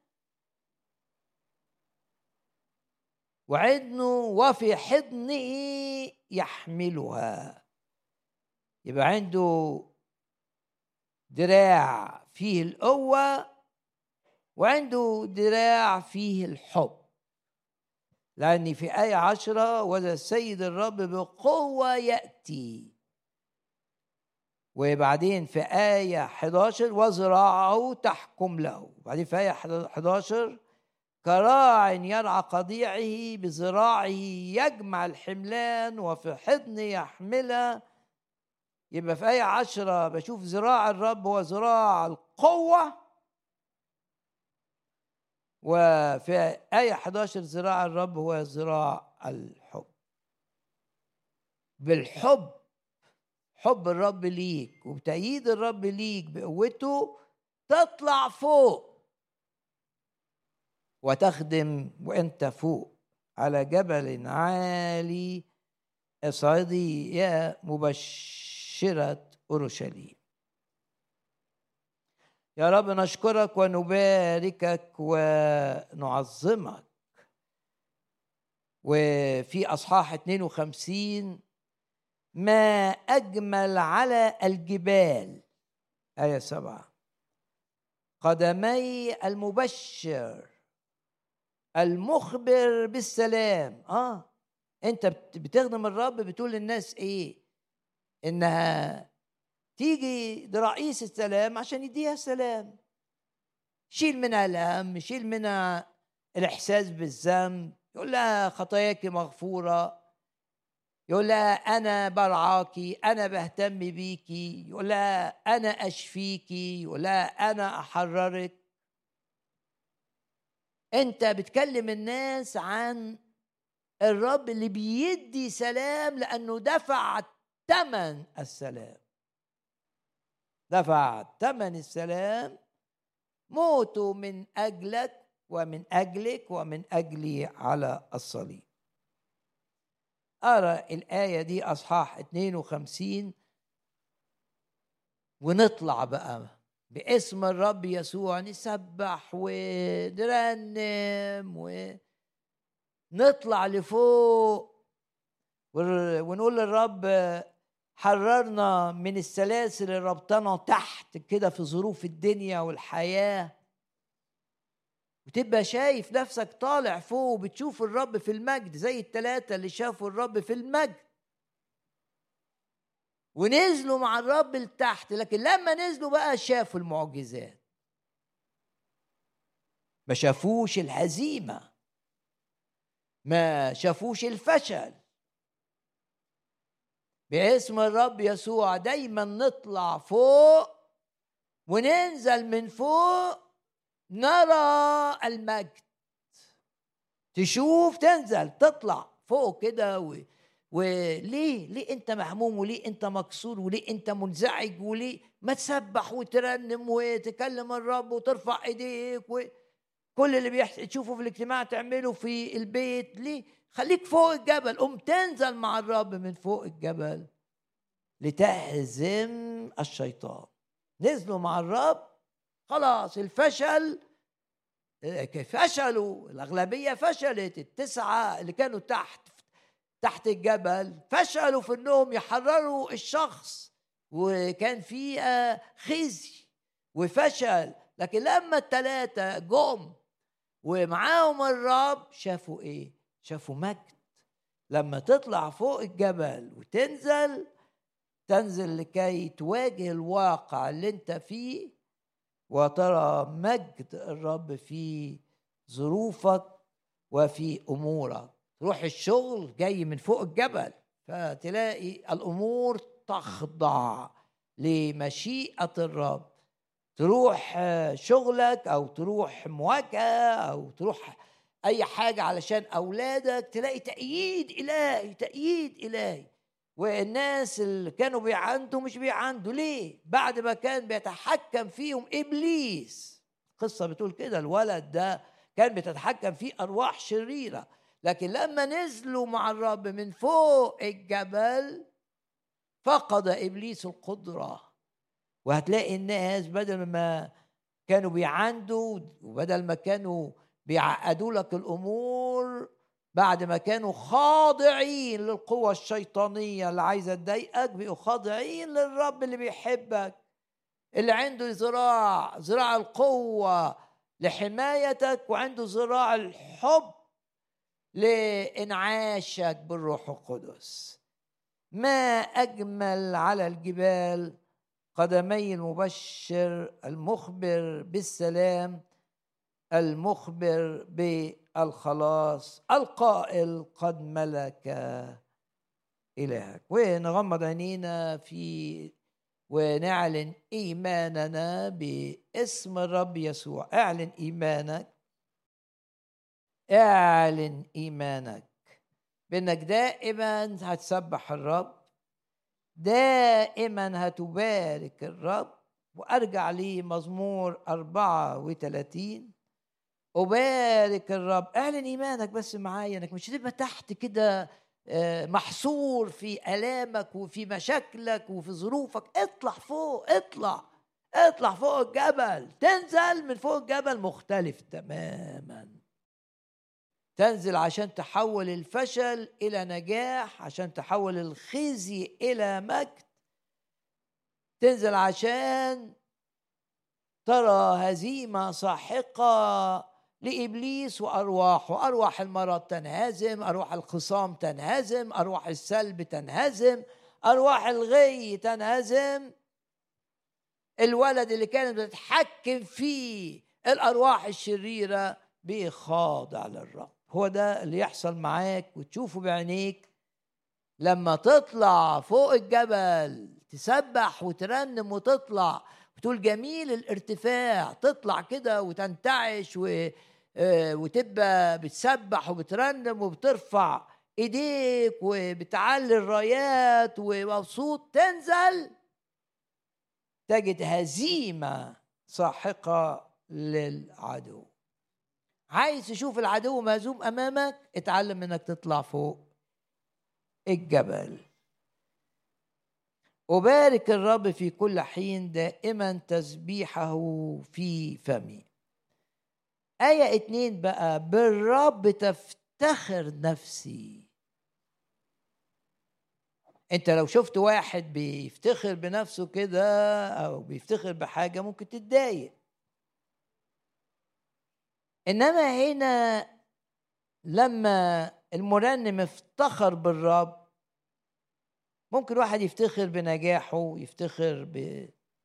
Speaker 1: وعنده وفي حضنه يحملها. يبقى عنده دراع فيه القوة، وعنده دراع فيه الحب. لأن في آية عشرة: وذا السيد الرب بقوة يأتي. وبعدين في آية إحدى عشر: وذراعه تحكم له. وبعدين في آية إحدى عشر: كراع يرعى قضيعه، بذراعه يجمع الحملان وفي حضنه يحملها. يبقى في آية عشرة بشوف ذراع الرب هو ذراع القوة، وفي آية إحدى عشر ذراع الرب هو ذراع الحب. بالحب، حب الرب ليك وبتأييد الرب ليك بقوته، تطلع فوق وتخدم وانت فوق على جبل عالي. اصعدي يا مبشرة أورشليم. يا رب نشكرك ونباركك ونعظمك. وفي أصحاح اثنين وخمسين: ما أجمل على الجبال، آية سبعة، قدمي المبشر المخبر بالسلام. آه أنت بتخدم الرب، بتقول للناس إيه؟ إنها تيجي لرئيس السلام عشان يديها سلام، شيل منها الهم، شيل منها الإحساس بالذنب، يقول لها خطاياك مغفورة، يقول لها أنا برعاكي، أنا بهتم بيكي، يقول لها أنا أشفيكي، يقول لها أنا أحررك. أنت بتكلم الناس عن الرب اللي بيدي سلام، لأنه دفع ثمن السلام، دفع ثمن السلام، موته من أجلك ومن أجلك ومن أجلي على الصليب. أرى الآية دي أصحاح اثنين وخمسين، ونطلع بقى باسم الرب يسوع نسبح ونرنم ونطلع لفوق ونقول للرب: حررنا من السلاسل اللي ربطنا تحت كده في ظروف الدنيا والحياة. وتبقى شايف نفسك طالع فوق وبتشوف الرب في المجد، زي الثلاثة اللي شافوا الرب في المجد ونزلوا مع الرب لتحت. لكن لما نزلوا بقى شافوا المعجزات، ما شافوش الهزيمة، ما شافوش الفشل. باسم الرب يسوع دايما نطلع فوق وننزل من فوق نرى المجد. تشوف، تنزل، تطلع فوق كده. و... وليه ليه انت مهموم؟ وليه انت مكسور؟ وليه انت منزعج؟ وليه ما تسبح وترنم وتكلم الرب وترفع ايديك وكل اللي بيحصل تشوفه في الاجتماع تعمله في البيت؟ ليه؟ خليك فوق الجبل، قم تنزل مع الرب من فوق الجبل لتهزم الشيطان. نزلوا مع الرب، خلاص الفشل فشلوا، الأغلبية فشلت. التسعة اللي كانوا تحت تحت الجبل فشلوا في انهم يحرروا الشخص، وكان فيها خزي وفشل. لكن لما الثلاثة جم ومعاهم الرب شافوا ايه؟ شافوا مجد. لما تطلع فوق الجبل وتنزل، تنزل لكي تواجه الواقع اللي انت فيه وترى مجد الرب في ظروفك وفي أمورك. تروح الشغل جاي من فوق الجبل، فتلاقي الأمور تخضع لمشيئة الرب. تروح شغلك أو تروح مواجهة أو تروح أي حاجة علشان أولادك، تلاقي تأييد إلهي، تأييد إلهي. والناس اللي كانوا بيعاندوا مش بيعاندوا ليه؟ بعد ما كان بيتحكم فيهم إبليس. القصة بتقول كده، الولد ده كان بتتحكم فيه أرواح شريرة، لكن لما نزلوا مع الرب من فوق الجبل فقد إبليس القدرة. وهتلاقي الناس بدل ما كانوا بيعاندوا وبدل ما كانوا بيعقدوا لك الأمور، بعد ما كانوا خاضعين للقوة الشيطانية اللي عايزة تضايقك، بقوا خاضعين للرب اللي بيحبك، اللي عنده ذراع ذراع القوة لحمايتك، وعنده ذراع الحب لإنعاشك بالروح القدس. ما أجمل على الجبال قدمي المبشر المخبر بالسلام، المخبر بالخلاص، القائل قد ملك إلهك. ونغمض عينينا في ونعلن إيماننا باسم الرب يسوع. اعلن إيمانك، اعلن إيمانك بأنك دائما هتسبح الرب، دائما هتبارك الرب. وأرجع لي مزمور أربعة وثلاثين، أبارك الرب. اعلن إيمانك بس معايا، انك مش هتبقى تحت كده محصور في آلامك وفي مشاكلك وفي ظروفك. اطلع فوق، اطلع اطلع فوق الجبل. تنزل من فوق الجبل مختلف تماما. تنزل عشان تحول الفشل إلى نجاح، عشان تحول الخزي إلى مجد. تنزل عشان ترى هزيمة ساحقة لإبليس وأرواحه. أرواح المرض تنهزم، أرواح الخصام تنهزم، أرواح السلب تنهزم، أرواح الغي تنهزم. الولد اللي كانت بتتحكم فيه الأرواح الشريرة بيخاضع للرب. هو ده اللي يحصل معاك وتشوفه بعينيك لما تطلع فوق الجبل، تسبح وترنم وتطلع وتقول جميل الارتفاع. تطلع كده وتنتعش و... وتبقى بتسبح وبترنم وبترفع ايديك وبتعلي الرايات ومبسوط. تنزل تجد هزيمة ساحقة للعدو. عايز تشوف العدو مهزوم أمامك؟ اتعلم انك تطلع فوق الجبل. أبارك الرب في كل حين، دائما تسبيحه في فمي. آية اتنين بقى، بالرب تفتخر نفسي. انت لو شفت واحد بيفتخر بنفسه كده او بيفتخر بحاجة ممكن تتضايق، انما هنا لما المرنم افتخر بالرب، ممكن واحد يفتخر بنجاحه، يفتخر ب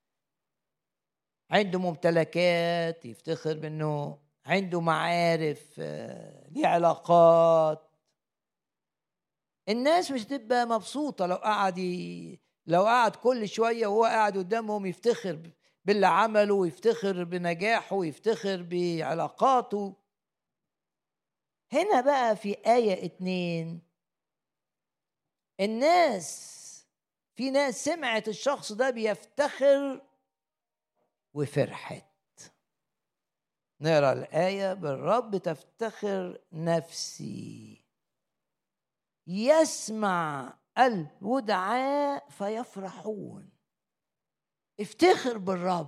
Speaker 1: عنده ممتلكات، يفتخر بانه عنده معارف، ليه علاقات. الناس مش تبقى مبسوطة لو قعد ي... لو قعد كل شوية وهو قاعد قدامهم يفتخر باللي عمله، ويفتخر بنجاحه، ويفتخر بعلاقاته. هنا بقى في آية اتنين، الناس في ناس سمعت الشخص ده بيفتخر وفرحت. نقرأ الآية، بالرب تفتخر نفسي، يسمع الودعاء فيفرحون. افتخر بالرب،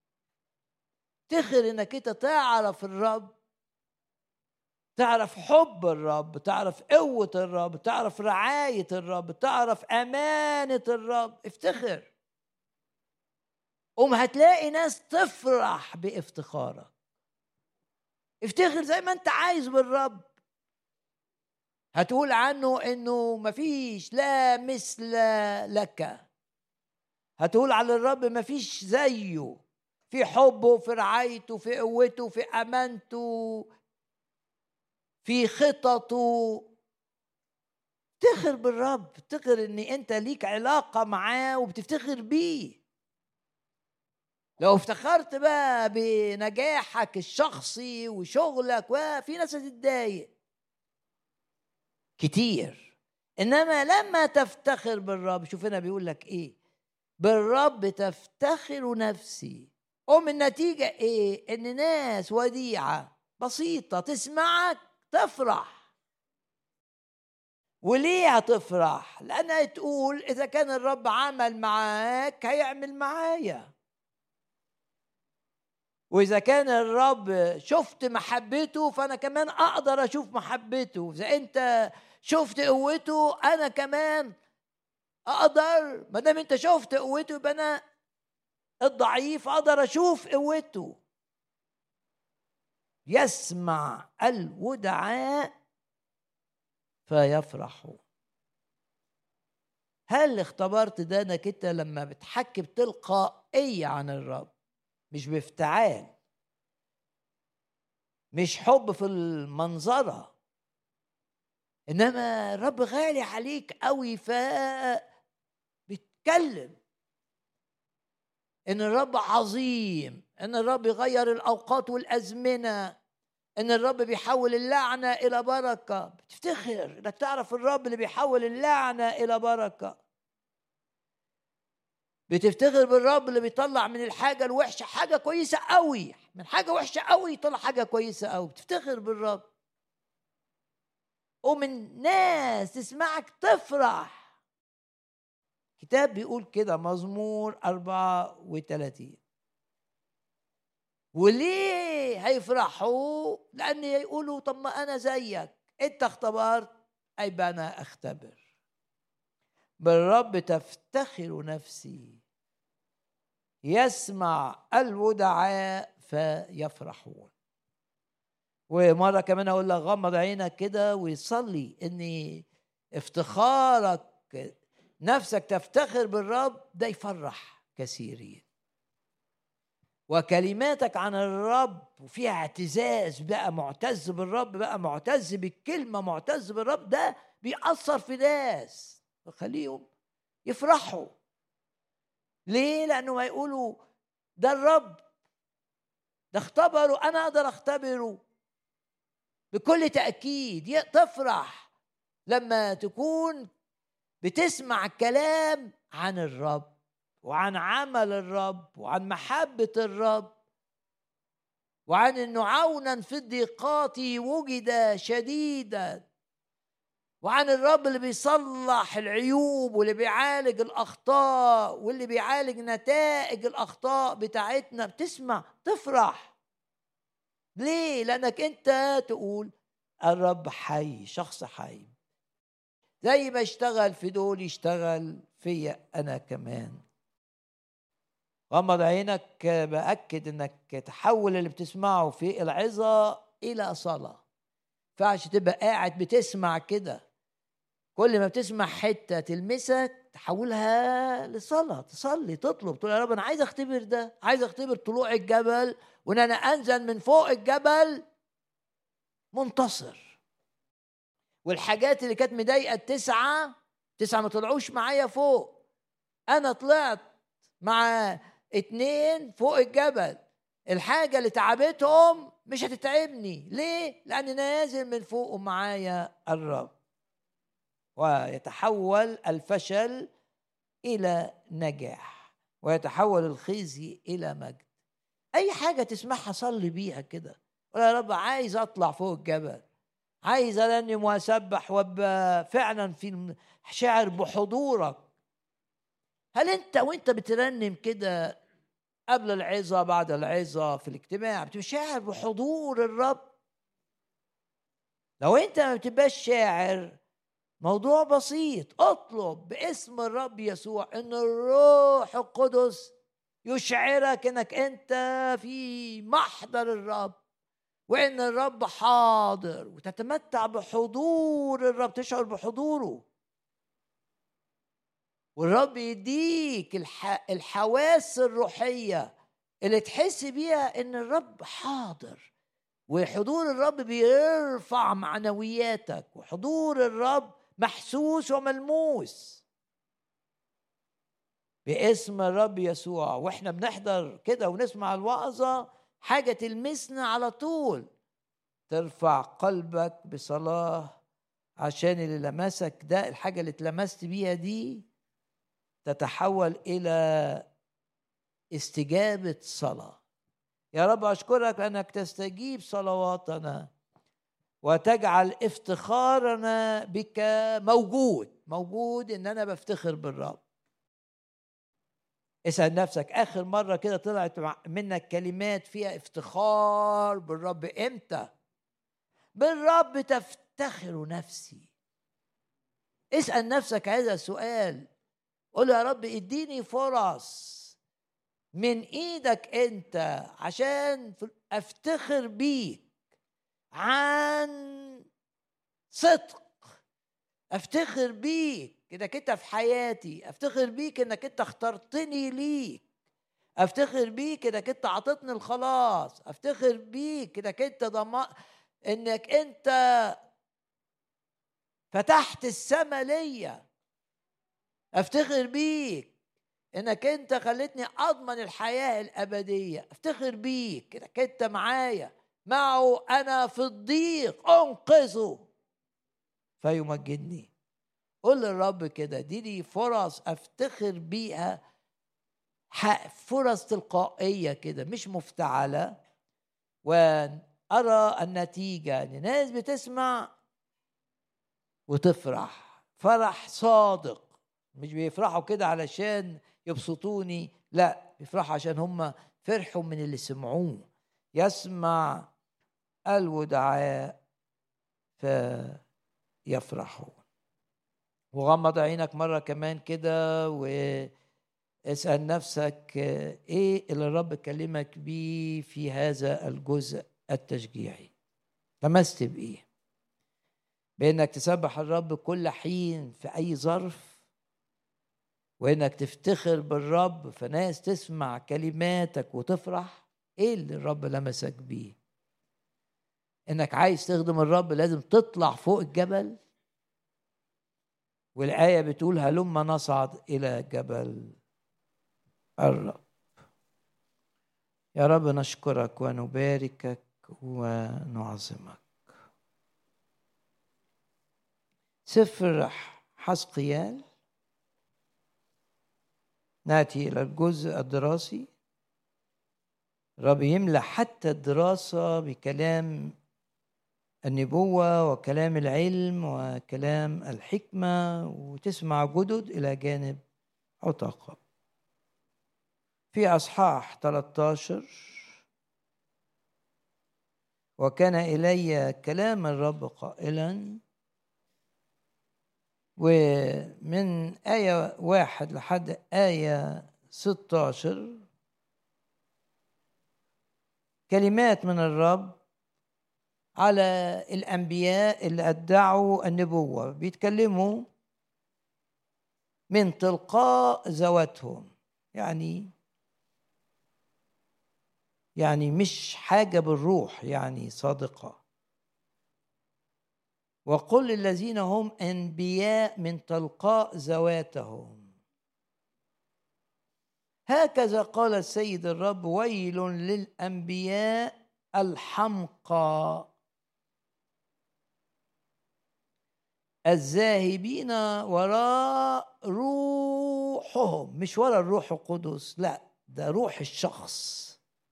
Speaker 1: افتخر انك انت تعرف الرب، تعرف حب الرب، تعرف قوة الرب، تعرف رعاية الرب، تعرف أمانة الرب. افتخر، وما هتلاقي ناس تفرح بافتخارك. افتخر زي ما انت عايز بالرب. هتقول عنه انه مفيش لا مثل لك. هتقول على الرب مفيش زيه في حبه، في رعايته، في قوته، في امانته، في خططه. افتخر بالرب، افتخر ان انت ليك علاقة معاه وبتفتخر بيه. لو افتخرت بقى بنجاحك الشخصي وشغلك، وفي ناس هتتضايق كتير. انما لما تفتخر بالرب، شوف هنا بيقول لك ايه: بالرب تفتخر نفسي. قوم النتيجة ايه؟ ان ناس وديعة بسيطة تسمعك تفرح. وليه هتفرح؟ لأنها تقول إذا كان الرب عمل معاك هيعمل معايا. وإذا كان الرب شفت محبته فأنا كمان أقدر أشوف محبته. إذا أنت شفت قوته أنا كمان أقدر. ما دام أنت شفت قوته يبقى أنا الضعيف أقدر أشوف قوته. يسمع الودعاء فيفرحوا. هل اختبرت ده انك انت لما بتحكي بتلقائية عن الرب، مش بافتعال، مش حب في المنظرة، انما الرب غالي عليك قوي فبتكلم ان الرب عظيم، ان الرب يغير الاوقات والازمنة، ان الرب بيحول اللعنة الى بركة. بتفتخر انك تعرف الرب اللي بيحول اللعنة الى بركة. بتفتخر بالرب اللي بيطلع من الحاجة الوحشة حاجة كويسة قوي، من حاجة وحشة قوي يطلع حاجة كويسة قوي. بتفتخر بالرب ومن ناس تسمعك تفرح. كتاب بيقول كده، مزمور أربعة وثلاثين. وليه هيفرحوا؟ لأن يقولوا طب ما أنا زيك، أنت اختبرت أيبقى أنا أختبر. بالرب تفتخر نفسي، يسمع الودعاء فيفرحون. ومرة كمان أقول لك غمض عينك كده ويصلي إن افتخارك نفسك تفتخر بالرب ده يفرح كثيرين. وكلماتك عن الرب وفيها اعتزاز، بقى معتز بالرب، بقى معتز بالكلمة، معتز بالرب، ده بيأثر في ناس وخليهم يفرحوا. ليه؟ لأنه ما يقولوا ده الرب ده اختبروا، أنا أقدر اختبره بكل تأكيد. تفرح لما تكون بتسمع كلام عن الرب وعن عمل الرب وعن محبة الرب وعن أنه عونا في الضيقات وجد شديدا، وعن الرب اللي بيصلح العيوب واللي بيعالج الأخطاء واللي بيعالج نتائج الأخطاء بتاعتنا. بتسمع تفرح. ليه؟ لأنك أنت تقول الرب حي، شخص حي، زي ما اشتغل في دول يشتغل فيا أنا كمان. غمض عينك، بأكد أنك تحول اللي بتسمعه في العظة إلى صلاة. فعش تبقى قاعد بتسمع كده، كل ما بتسمع حتة تلمسك تحولها لصلاة، تصلي تطلب، تقول يا رب أنا عايز أختبر ده، عايز أختبر طلوع الجبل وأن أنا أنزل من فوق الجبل منتصر. والحاجات اللي كانت مضايقة التسعة تسعة ما طلعوش معايا فوق، أنا طلعت مع اتنين فوق الجبل. الحاجة اللي تعبتهم مش هتتعبني. ليه؟ لأني نازل من فوق معايا الرب. ويتحول الفشل إلى نجاح، ويتحول الخزي إلى مجد. أي حاجة تسمعها صلي بيها كده، قول يا رب عايز أطلع فوق الجبل، عايز أرنم وأسبح وأبقى فعلا في شعر بحضورك. هل أنت وأنت بترنم كده قبل العظة بعد العظة في الاجتماع بتبقى شاعر بحضور الرب؟ لو أنت ما بتبقاش شاعر، موضوع بسيط، اطلب باسم الرب يسوع ان الروح القدس يشعرك انك انت في محضر الرب وان الرب حاضر، وتتمتع بحضور الرب، تشعر بحضوره. والرب يديك الحواس الروحية اللي تحس بيها ان الرب حاضر وحضور الرب بيرفع معنوياتك، وحضور الرب محسوس وملموس باسم الرب يسوع. واحنا بنحضر كده ونسمع الوعظة حاجة تلمسنا على طول، ترفع قلبك بصلاة عشان اللي لمسك ده، الحاجة اللي اتلمست بيها دي تتحول إلى استجابة صلاة. يا رب أشكرك لأنك تستجيب صلواتنا وتجعل افتخارنا بك موجود موجود إن أنا بفتخر بالرب. اسأل نفسك آخر مرة كده طلعت منك كلمات فيها افتخار بالرب إمتى؟ بالرب تفتخر نفسي. اسأل نفسك هذا السؤال، قل يا رب اديني فرص من ايدك انت عشان افتخر بيك عن صدق، افتخر بيك انك انت في حياتي، افتخر بيك انك انت اخترتني ليك، افتخر بيك انك انت عطتني الخلاص، افتخر بيك انك انت ضم... انك انت فتحت السما ليا، افتخر بيك انك انت خلتني اضمن الحياة الابدية، افتخر بيك انك انت معايا، معه انا في الضيق انقذه فيمجدني. قول للرب كده دي فرص افتخر بيها، فرص تلقائية كده مش مفتعلة، وارى النتيجة ان ناس بتسمع وتفرح فرح صادق. مش بيفرحوا كده علشان يبسطوني، لا، بيفرحوا عشان هم فرحوا من اللي سمعوه. يسمع الودعاء فيفرحوا. وغمض عينك مرة كمان كده واسأل نفسك ايه اللي الرب كلمك بيه في هذا الجزء التشجيعي. تمست بايه؟ بانك تسبح الرب كل حين في اي ظرف، وانك تفتخر بالرب فناس تسمع كلماتك وتفرح. ايه اللي الرب لمسك بيه؟ انك عايز تخدم الرب لازم تطلع فوق الجبل، والآية بتقول هلما نصعد إلى جبل الرب. يا رب نشكرك ونباركك ونعظمك. سفر حزقيال، نأتي إلى الجزء الدراسي. الرب يملأ حتى الدراسة بكلام النبوة وكلام العلم وكلام الحكمة، وتسمع جدد إلى جانب عتاقة. في أصحاح ثلاثة عشر، وكان إلي كلام الرب قائلا، ومن آية واحد لحد آية ستة عشر كلمات من الرب على الأنبياء اللي أدعوا النبوة، بيتكلموا من تلقاء ذواتهم، يعني يعني مش حاجة بالروح، يعني صادقة. وقل الذين هم أنبياء من تلقاء ذواتهم، هكذا قال السيد الرب، ويل للأنبياء الحمقى الذاهبين وراء روحهم. مش وراء الروح القدس، لا، ده روح الشخص.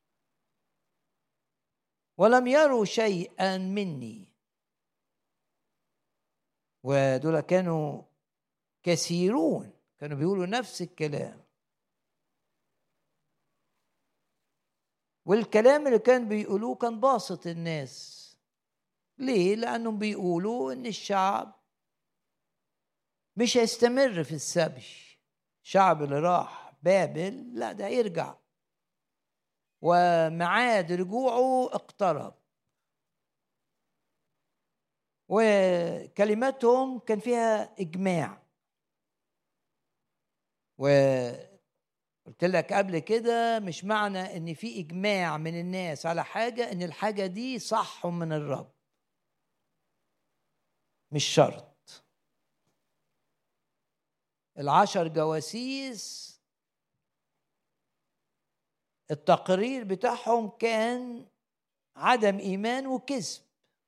Speaker 1: ولم يروا شيئا مني. ودول كانوا كثيرون كانوا بيقولوا نفس الكلام، والكلام اللي كان بيقولوه كان باسط الناس. ليه؟ لأنهم بيقولوا إن الشعب مش هيستمر في السبي. الشعب اللي راح بابل لا، ده يرجع، ومعاد رجوعه اقترب. وكلماتهم كان فيها إجماع، والرب قلت لك قبل كده مش معنى ان في اجماع من الناس على حاجة ان الحاجة دي صح من الرب، مش شرط. العشر جواسيس التقرير بتاعهم كان عدم ايمان وكذب،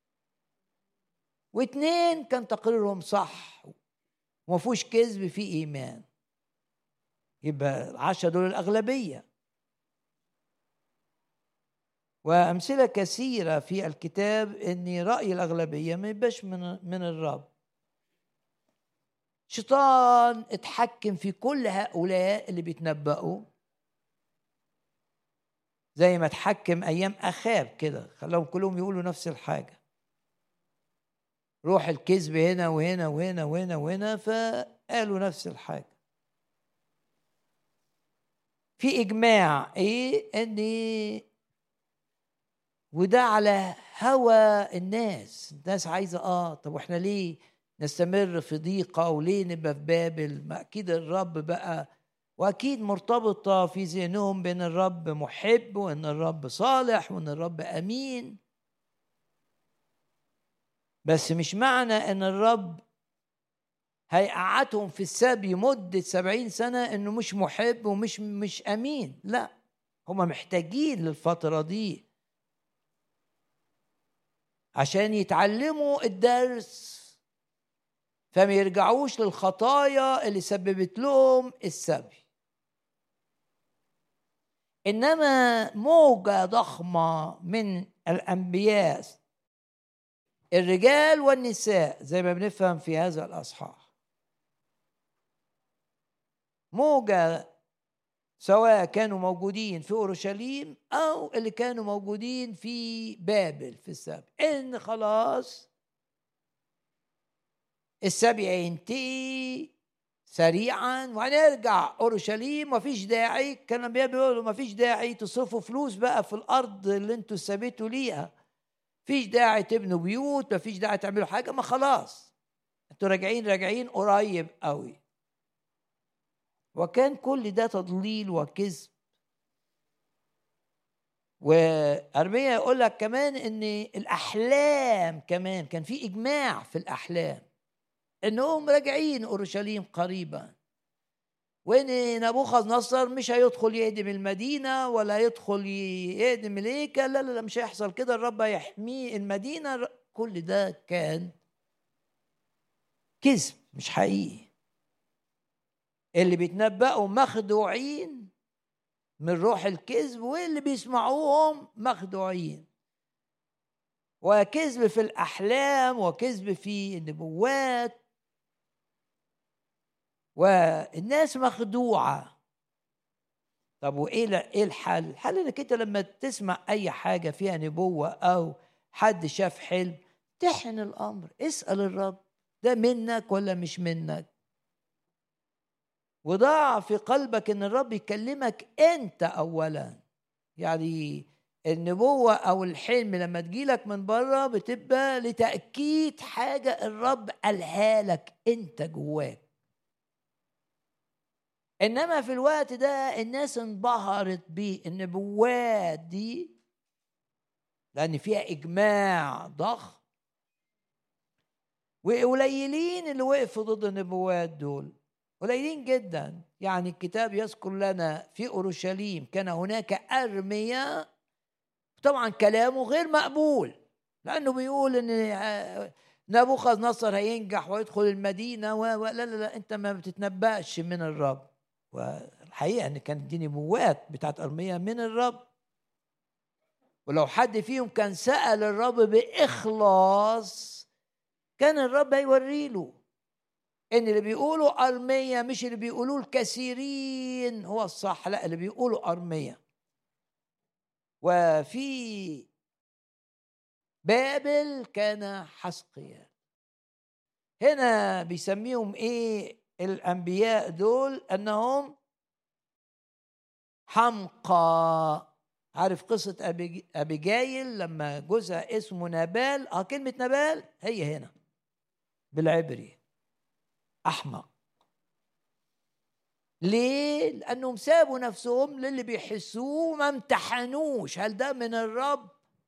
Speaker 1: واتنين كان تقريرهم صح وما فيهوش كذب، في ايمان. يبقى العشرة دول الاغلبيه. وامثله كثيره في الكتاب ان راي الاغلبيه ما يبقاش من من الرب. شيطان اتحكم في كل هؤلاء اللي بيتنبأوا، زي ما اتحكم ايام اخاب كده، خلاهم كلهم يقولوا نفس الحاجه، روح الكذب هنا وهنا وهنا وهنا وهنا، فقالوا نفس الحاجه. في اجماع ايه؟ ان وده على هوى الناس. الناس عايزه اه طب واحنا ليه نستمر في ضيقه وليه نبقى في بابل؟ ما اكيد الرب بقى، واكيد مرتبطه في ذهنهم بان الرب محب وان الرب صالح وان الرب امين. بس مش معنى ان الرب هيقعدهم في السبي مدة سبعين سنة انه مش محب ومش مش امين. لا، هم محتاجين للفترة دي عشان يتعلموا الدرس، فما يرجعوش للخطايا اللي سببت لهم السبي. انما موجة ضخمة من الانبياء الرجال والنساء زي ما بنفهم في هذا الاصحاح، موجة سواء كانوا موجودين في اورشليم او اللي كانوا موجودين في بابل في السبي، ان خلاص السبي هينتهي سريعا وهنرجع اورشليم، ومفيش داعي. كان الانبياء بيقولوا مفيش داعي تصرفوا فلوس بقى في الارض اللي انتوا سبيتوا ليها، مفيش داعي تبنوا بيوت، مفيش داعي تعملوا حاجه، ما خلاص انتوا راجعين راجعين قريب قوي. وكان كل ده تضليل وكذب. وأرميا يقول لك كمان ان الاحلام كمان كان في اجماع في الاحلام انهم راجعين اورشليم قريبا، وان نبوخذ نصر مش هيدخل يهدم المدينه ولا يدخل يهدم الهيكل، لا لا لا مش هيحصل كده، الرب هيحميه المدينه. كل ده كان كذب مش حقيقي. اللي بيتنبأوا مخدوعين من روح الكذب، واللي بيسمعوهم مخدوعين. وكذب في الأحلام وكذب في النبوات، والناس مخدوعة. طب وإيه إيه الحل؟ الحل إنك أنت لما تسمع أي حاجة فيها نبوة أو حد شاف حلم، تحن الأمر، اسأل الرب ده منك ولا مش منك، وضع في قلبك ان الرب يكلمك انت اولا. يعني النبوة او الحلم لما تجيلك من بره بتبقى لتأكيد حاجة الرب قالها لك انت جواك. انما في الوقت ده الناس انبهرت بالنبوات دي لان فيها اجماع ضخم، وقليلين اللي وقفوا ضد النبوات دول، قليلين جدا. يعني الكتاب يذكر لنا في أورشليم كان هناك أرميا، طبعا كلامه غير مقبول لأنه بيقول أن نبوخذ نصر هينجح ويدخل المدينة و... لا لا لا أنت ما بتتنبأش من الرب. والحقيقة أن كانت دي نبوات بتاعت أرميا من الرب، ولو حد فيهم كان سأل الرب بإخلاص كان الرب هيوري له ان اللي بيقولوا أرميا مش اللي بيقولوه الكثيرين هو الصح، لا اللي بيقولوا أرميا. وفي بابل كان حسقيا. هنا بيسميهم ايه الانبياء دول؟ انهم حمقى. عارف قصة أبيجايل لما جوزها اسمه نابال؟ اه كلمة نابال هي هنا بالعبري أحمق. ليه؟ لأنهم سابوا نفسهم للي بيحسوه وما امتحنوش هل ده من الرب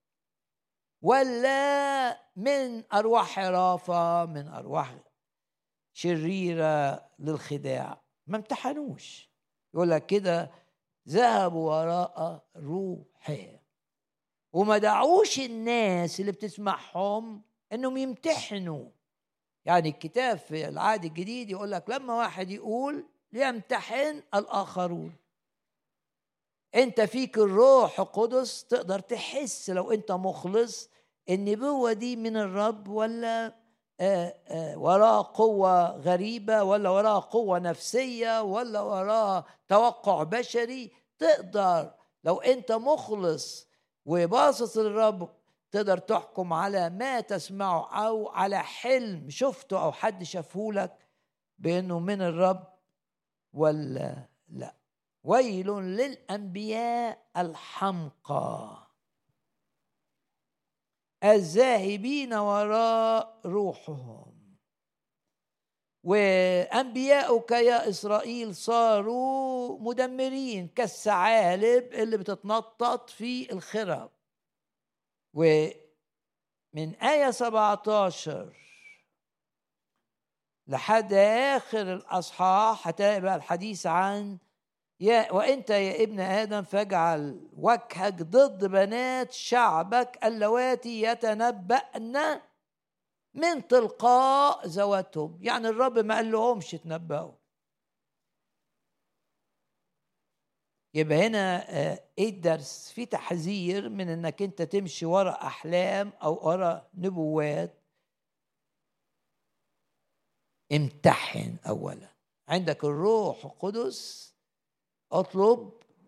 Speaker 1: ولا من أرواح حرافة، من أرواح شريرة للخداع. ما امتحنوش. يقول لك كده ذهبوا وراء روحهم، وما دعوش الناس اللي بتسمعهم انهم يمتحنوا. يعني الكتاب في العهد الجديد يقول لك لما واحد يقول ليمتحن الآخرون. انت فيك الروح القدس، تقدر تحس لو انت مخلص النبوة دي من الرب ولا آآ آآ وراها قوة غريبة، ولا وراها قوة نفسية، ولا وراها توقع بشري. تقدر لو انت مخلص وباصص للرب تقدر تحكم على ما تسمعه أو على حلم شفته أو حد شافه لك بأنه من الرب ولا لا. ويل للأنبياء الحمقى الذاهبين وراء روحهم. وأنبياؤك يا إسرائيل صاروا مدمرين كالثعالب اللي بتتنطط في الخرب. ومن آية سبعة عشر لحد آخر الأصحاح هتلاقي الحديث عن يا وانت يا ابن آدم فاجعل وجهك ضد بنات شعبك اللواتي يتنبأن من تلقاء ذواتهم. يعني الرب ما قال لهمش تنبأوا. يبقى هنا ايه الدرس؟ في تحذير من انك انت تمشي وراء احلام او وراء نبوات. امتحن اولا، عندك الروح القدس اطلب،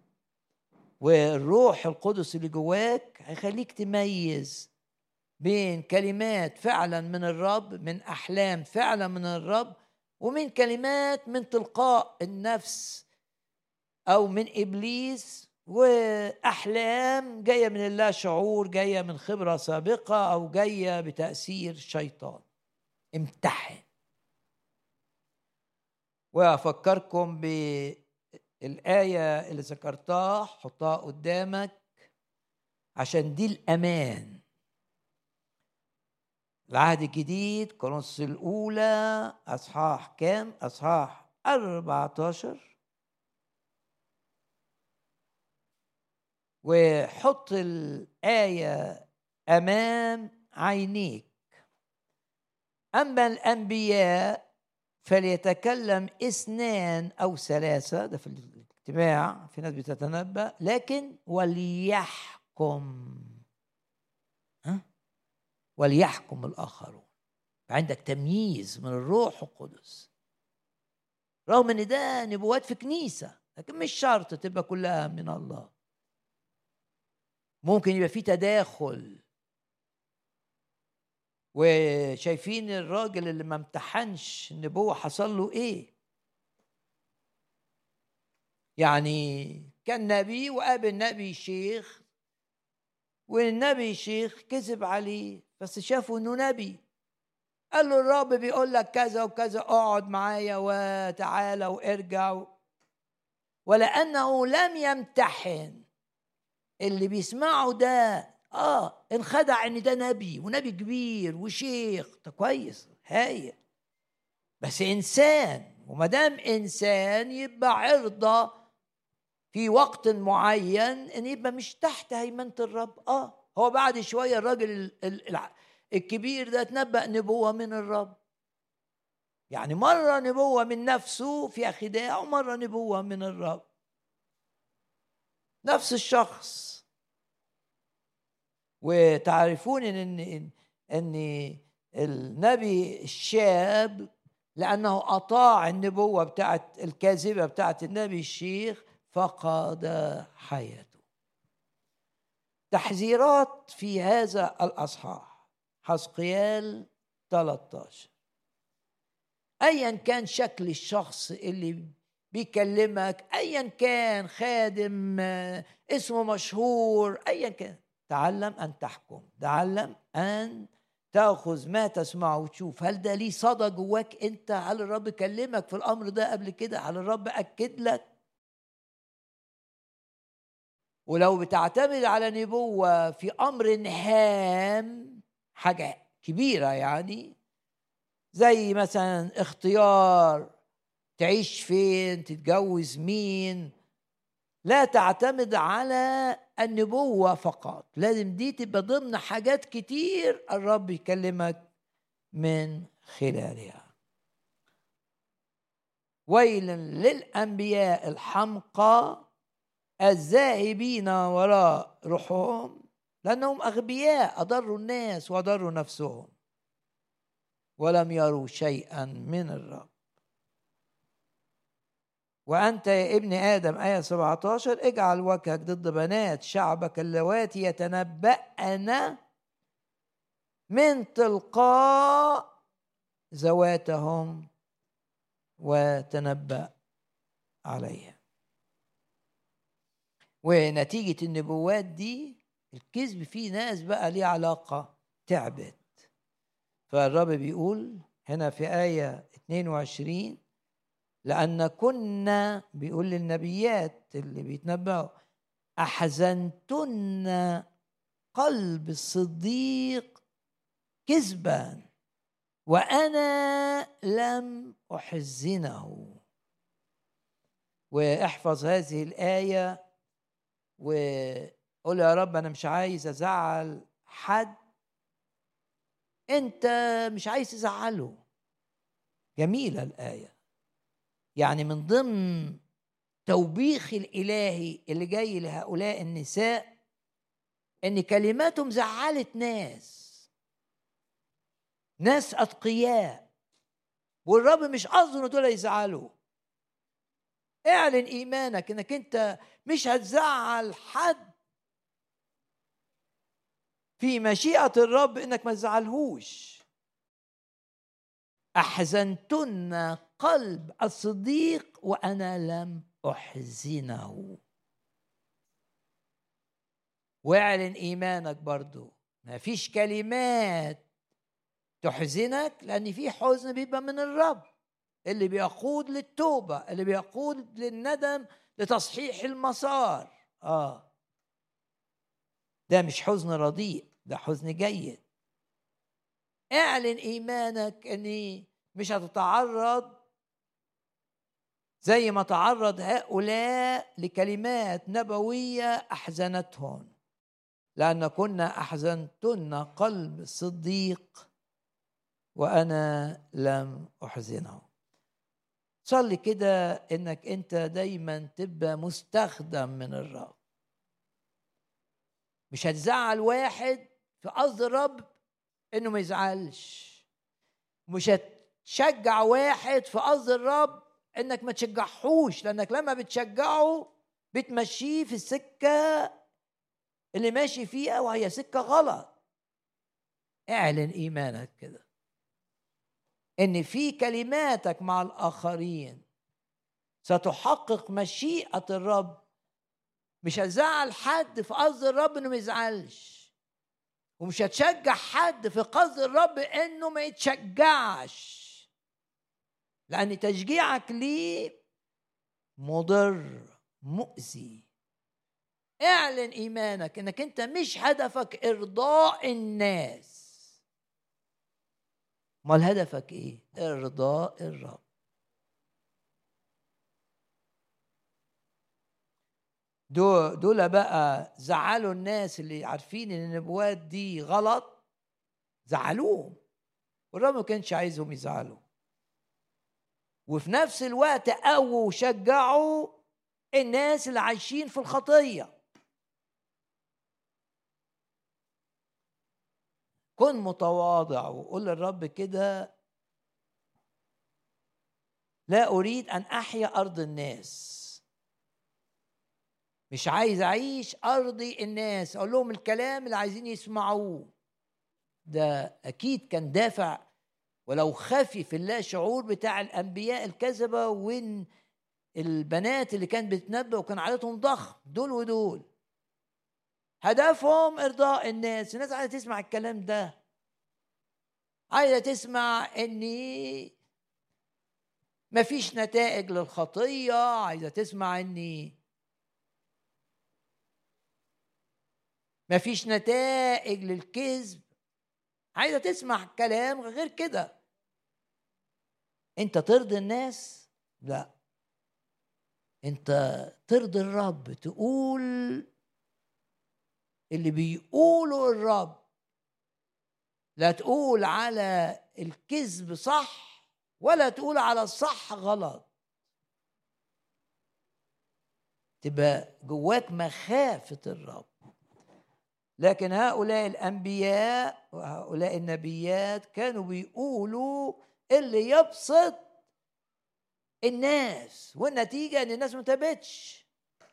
Speaker 1: والروح القدس اللي جواك هيخليك تميز بين كلمات فعلا من الرب، من أحلام فعلا من الرب، ومن كلمات من تلقاء النفس أو من إبليس، وأحلام جاية من الله شعور، جاية من خبرة سابقة، أو جاية بتأثير شيطان. امتحن. وأفكركم بالآية اللي ذكرتها، حطها قدامك عشان دي الأمان. العهد الجديد كورنثوس الأولى أصحاح كام؟ أصحاح أربعة عشر. وحط الآية أمام عينيك. أما الأنبياء فليتكلم اثنان أو ثلاثة، ده في الاجتماع في ناس بتتنبأ، لكن وليحكم ها وليحكم الآخرون. عندك تمييز من الروح القدس، رغم ان ده نبوات في كنيسة، لكن مش شرط تبقى كلها من الله. ممكن يبقى في تداخل. وشايفين الراجل اللي ما امتحنش النبوة حصل له ايه؟ يعني كان نبي وقابل نبي شيخ، والنبي شيخ كذب عليه، بس شافوا انه نبي. قال له الرب بيقول لك كذا وكذا، اقعد معايا وتعالى وارجع. ولأنه لم يمتحن اللي بيسمعه ده، اه انخدع ان ده نبي ونبي كبير وشيخ. ده كويس هايل، بس انسان، وما دام انسان يبقى عرضه في وقت معين ان يبقى مش تحت هيمنه الرب. اه هو بعد شويه الراجل الكبير ده تنبأ نبوه من الرب. يعني مره نبوه من نفسه فيها خداع، ومره نبوه من الرب. نفس الشخص. وتعرفون ان ان ان النبي الشاب لانه اطاع النبوه بتاعت الكاذبه بتاعت النبي الشيخ فقد حياته. تحذيرات في هذا الاصحاح حزقيال ثلاثة عشر. ايا كان شكل الشخص اللي بيكلمك، ايا كان خادم اسمه مشهور، ايا كان، تعلم أن تحكم، تعلم أن تأخذ ما تسمعه وتشوف هل ده ليه صدى جواك انت، هل الرب كلمك في الامر ده قبل كده، هل الرب اكد لك. ولو بتعتمد على نبوة في امر هام، حاجة كبيرة يعني، زي مثلا اختيار تعيش فين، تتجوز مين، لا تعتمد على النبوة فقط، لازم دي تبقى ضمن حاجات كتير الرب يكلمك من خلالها. ويل للأنبياء الحمقى الذاهبين وراء روحهم، لأنهم أغبياء أضروا الناس وأضروا نفسهم ولم يروا شيئا من الرب. وأنت يا ابن آدم آية سبعة عشر اجعل وجهك ضد بنات شعبك اللواتي يتنبأن من تلقاء ذواتهم وتنبأ عليها. ونتيجة النبوات دي الكذب فيه ناس بقى ليه علاقة تعبت. فالرب بيقول هنا في آية اثنين وعشرين لأن كنا، بيقول للنبيات اللي بيتنبأوا، أحزنتن قلب الصديق كذبا وأنا لم أحزنه. واحفظ هذه الآية وقول يا رب أنا مش عايز أزعل حد أنت مش عايز تزعله. جميلة الآية، يعني من ضمن توبيخ الإلهي اللي جاي لهؤلاء النساء إن كلماتهم زعلت ناس ناس أتقياء، والرب مش قصده إن دول يزعلوا. اعلن إيمانك إنك أنت مش هتزعل حد، في مشيئة الرب إنك ما تزعلهوش. أحزنتن قلب الصديق وأنا لم أحزنه. واعلن إيمانك برضو، ما فيش كلمات تحزنك، لأن في حزن بيبقى من الرب اللي بيقود للتوبة، اللي بيقود للندم، لتصحيح المسار. آه ده مش حزن رديء، ده حزن جيد. اعلن إيمانك أني مش هتتعرض زي ما تعرض هؤلاء لكلمات نبوية أحزنتهم، لأن كنا أحزنتن قلب الصديق وأنا لم أحزنه. صلي كده إنك أنت دايما تبقى مستخدم من الرب. مش هتزعل واحد في قصد الرب إنه ما يزعلش، مش هتشجع واحد في قصد الرب إنك ما تشجعهوش، لأنك لما بتشجعه بتمشيه في السكة اللي ماشي فيها وهي سكة غلط. اعلن إيمانك كده إن في كلماتك مع الآخرين ستحقق مشيئة الرب. مش هتزعل حد في قصد الرب إنه ما يزعلش، ومش هتشجع حد في قصد الرب إنه ما يتشجعش، لأن تشجيعك ليه مضر مؤذي. اعلن إيمانك إنك أنت مش هدفك إرضاء الناس، ما هدفك إيه؟ إرضاء الرب. دول, دول بقى زعلوا الناس اللي عارفين إن النبوات دي غلط، زعلوهم، والرب ما كانش عايزهم يزعلوا. وفي نفس الوقت قووا وشجعوا الناس اللي عايشين في الخطية. كن متواضع وقول للرب كده لا أريد أن أحيا أرض الناس، مش عايز أعيش أرضي الناس أقول لهم الكلام اللي عايزين يسمعوه. ده أكيد كان دافع ولو خفي في الله شعور بتاع الأنبياء الكذبة وين البنات اللي كانت بتنبأ وكان عددهم ضخم، دول ودول هدفهم إرضاء الناس. الناس عايزة تسمع الكلام ده. عايزة تسمع اني مفيش نتائج للخطية، عايزة تسمع اني مفيش نتائج للكذب، عايزة تسمع كلام غير كده. انت ترضي الناس؟ لا، انت ترضي الرب، تقول اللي بيقوله الرب. لا تقول على الكذب صح ولا تقول على الصح غلط. تبقى جواك مخافة الرب. لكن هؤلاء الأنبياء وهؤلاء النبيات كانوا بيقولوا اللي يبسط الناس، والنتيجة ان الناس ما تابتش.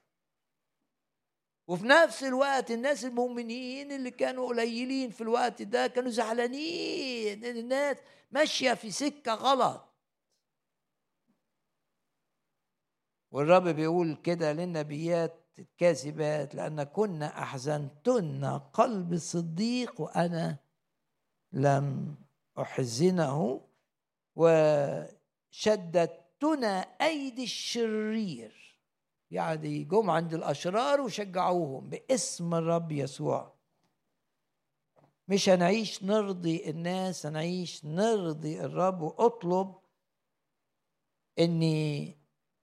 Speaker 1: وفي نفس الوقت الناس المؤمنين اللي كانوا قليلين في الوقت ده كانوا زعلانين ان الناس ماشية في سكة غلط. والرب بيقول كده للنبيات الكاذبات: لأن كنا أحزنتن قلب الصديق وأنا لم أحزنه، وشددتنا أيدي الشرير. يعني جم عند الأشرار وشجعوهم باسم الرب يسوع. مش هنعيش نرضي الناس، هنعيش نرضي الرب. وأطلب أني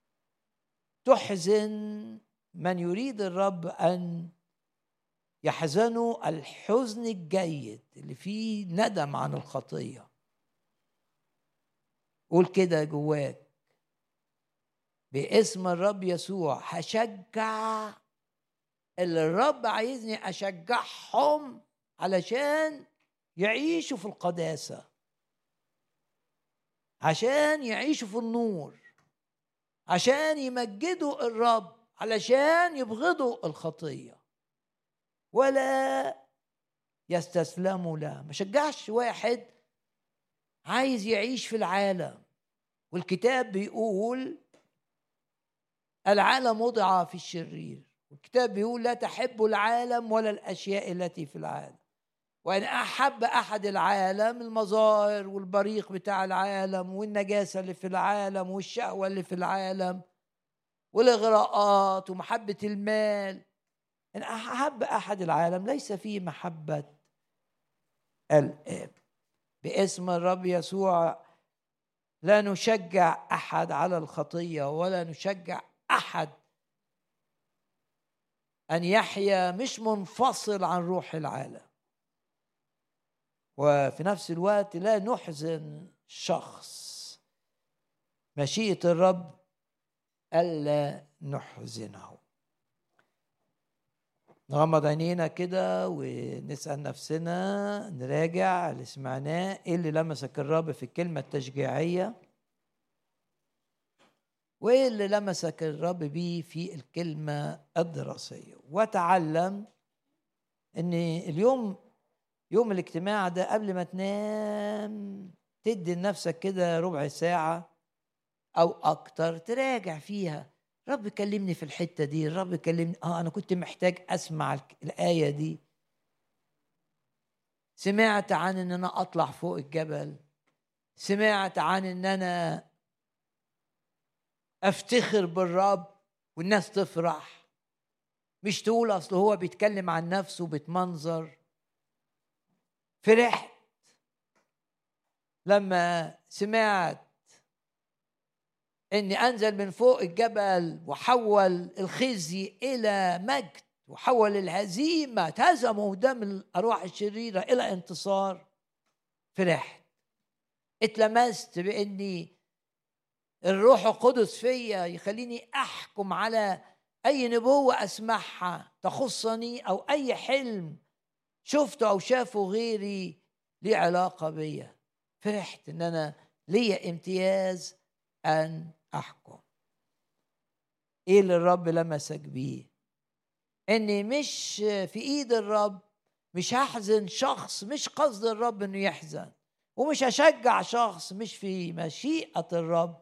Speaker 1: تحزن من يريد الرب أن يحزنوا الحزن الجيد اللي فيه ندم عن الخطية. قول كده جواك: باسم الرب يسوع هشجع اللي الرب عايزني أشجعهم علشان يعيشوا في القداسة، عشان يعيشوا في النور، عشان يمجدوا الرب، علشان يبغضوا الخطية ولا يستسلموا لها. ما شجعش واحد عايز يعيش في العالم. والكتاب بيقول العالم وضع في الشرير، والكتاب بيقول لا تحبوا العالم ولا الأشياء التي في العالم. وإن أحب أحد العالم، المظاهر والبريق بتاع العالم والنجاسة اللي في العالم والشهوة اللي في العالم والإغراءات ومحبة المال، إن أحب أحد العالم ليس فيه محبة الآب. باسم الرب يسوع لا نشجع أحد على الخطية ولا نشجع أحد أن يحيا مش منفصل عن روح العالم. وفي نفس الوقت لا نحزن شخص. مشيئة الرب ألا نحزنه. نغمض عينينا كده ونسأل نفسنا، نراجع اللي سمعناه. ايه اللي لمسك الرب في الكلمة التشجيعية؟ وايه اللي لمسك الرب بيه في الكلمة الدراسية؟ وتعلم ان اليوم يوم الاجتماع ده قبل ما تنام تدي لنفسك كده ربع ساعة او اكتر تراجع فيها. رب كلمني في الحتة دي، الرب كلمني اه انا كنت محتاج اسمع الآية دي. سمعت عن ان انا اطلع فوق الجبل، سمعت عن ان انا افتخر بالرب والناس تفرح، مش تقول اصل هو بيتكلم عن نفسه بتمنظر. فرحت لما سمعت اني انزل من فوق الجبل وحول الخزي الى مجد، وحول الهزيمة هزموا قدام الارواح الشريرة الى انتصار. فرحت، اتلمست باني الروح القدس فيا يخليني احكم على اي نبوة اسمعها تخصني او اي حلم شفته او شافه غيري ليه علاقة بيا. فرحت ان انا ليا امتياز ان احكم. ايه اللي الرب لمسك بيه؟ اني مش في ايد الرب، مش هحزن شخص مش قصد الرب انه يحزن، ومش هشجع شخص مش في مشيئة الرب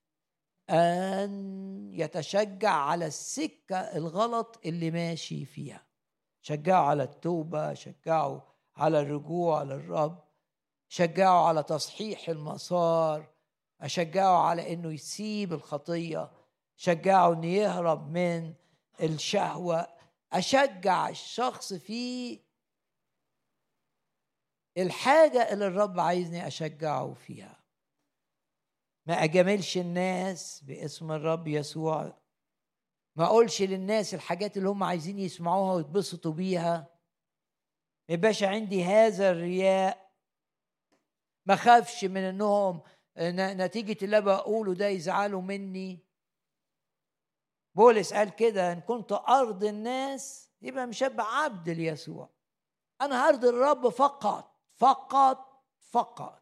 Speaker 1: أن يتشجع على السكة الغلط اللي ماشي فيها. شجعه على التوبة، شجعه على الرجوع للرب، أشجعه على تصحيح المسار، أشجعه على إنه يسيب الخطية، أشجعه إنه يهرب من الشهوة، أشجع الشخص في الحاجة اللي الرب عايزني أشجعه فيها. ما أجاملش الناس باسم الرب يسوع، ما أقولش للناس الحاجات اللي هم عايزين يسمعوها ويتبسطوا بيها، ما يبقاش عندي هذا الرياء، ما خافش من انهم نتيجة اللي بقوله ده يزعلوا مني. بولس قال كده: ان كنت ارضي الناس يبقى مش هبقى عبد ليسوع، انا هرضي الرب فقط فقط فقط.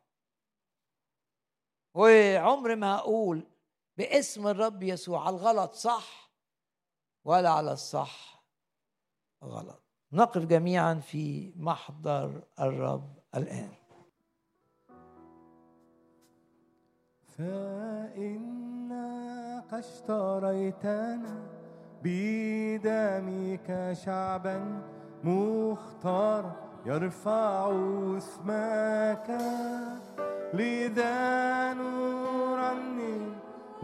Speaker 1: وعمر ما هقول باسم الرب يسوع على الغلط صح ولا على الصح غلط. نقف جميعا في محضر الرب الآن.
Speaker 2: فإنك اشتريتنا بدمك شعبا مختار يرفع اسمك، لذا نرنم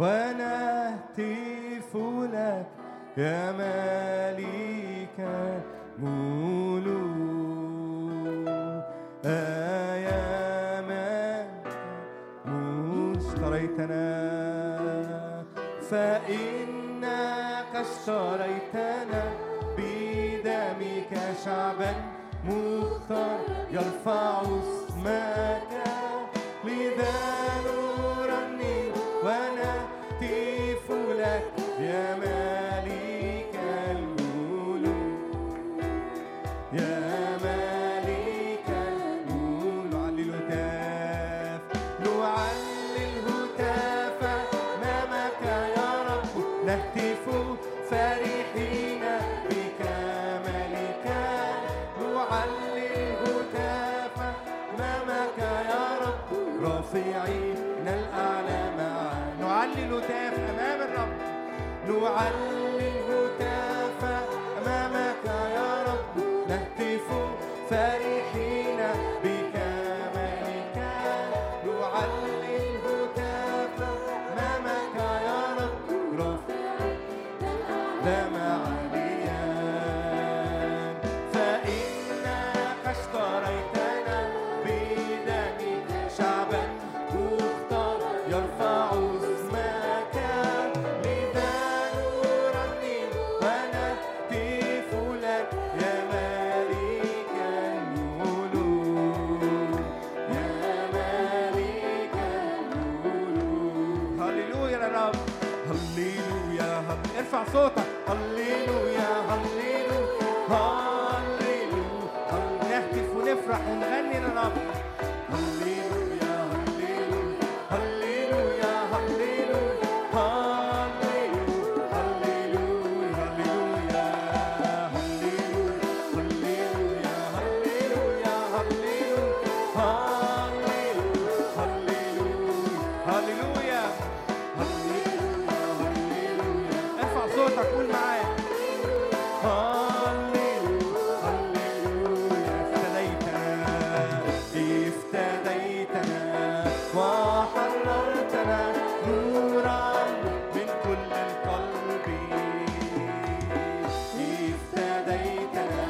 Speaker 2: ونهتف لك يا ملك الملوك. يا من اشتريتنا، فإنك اشتريتنا بدمك شعبا مختار يرفع اسمك، لذا نرنم ونهتف لك يا ملك الملوك. يا ملك الملوك نعلي الهتاف، نعلي الهتاف أمامك يا رب، نهتف فرحين بك ملكا. نعلي الهتاف أمامك يا رب، رافعين الأعلى معا. نعلي الهتاف أمام الرب، نعلي الهتاف أمامك يا رب، نهتف فرحين بك ملكا. نعلي الهتاف أمامك يا رب، رافعين الأعلى معاليا. فإنك اشتريتنا بدمك شعبا مختار يرفع اسمك، لذا نرنم ونهتف لك يا ملك الملوك. يا ملك الملوك. هللويا يا رب، هللويا. ارفع صوتك، هللويا هللويا هللويا. نهتف ونفرح ونغني للرب. هللويا هللويا هللويا هللويا هللويا هللويا هللويا هللويا هللويا هللويا هللويا. ارفع صوتك قول معايا. افتديتنا وحررتنا نورا من كل القلب. افتديتنا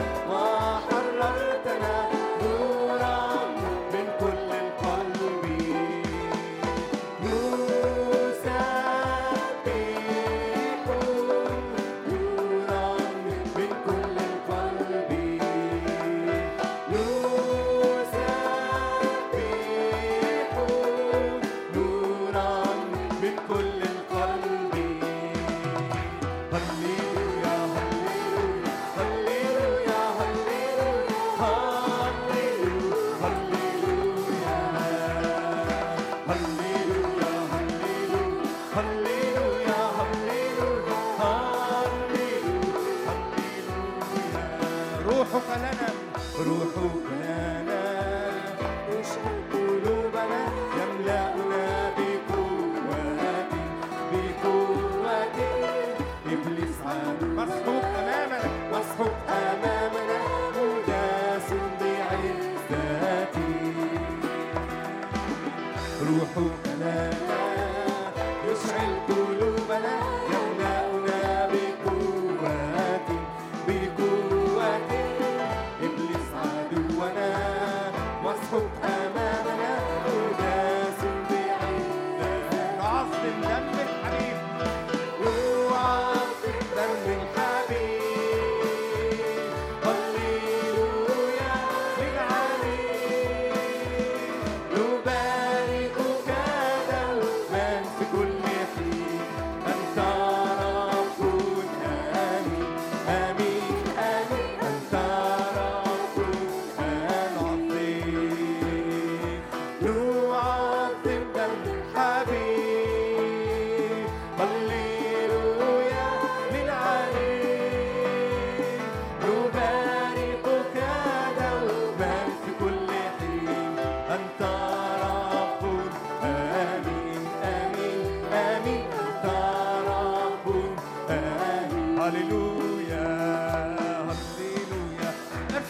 Speaker 2: وحررتنا نورا من كل القلب. نسبح نورا من كل القلب. روحك لنا روحك لنا يشعل قلوبنا، يملأنا بقوة بقوة. إبليس مسحوق أمامنا مسحوق أمامنا، مداس بعزتي.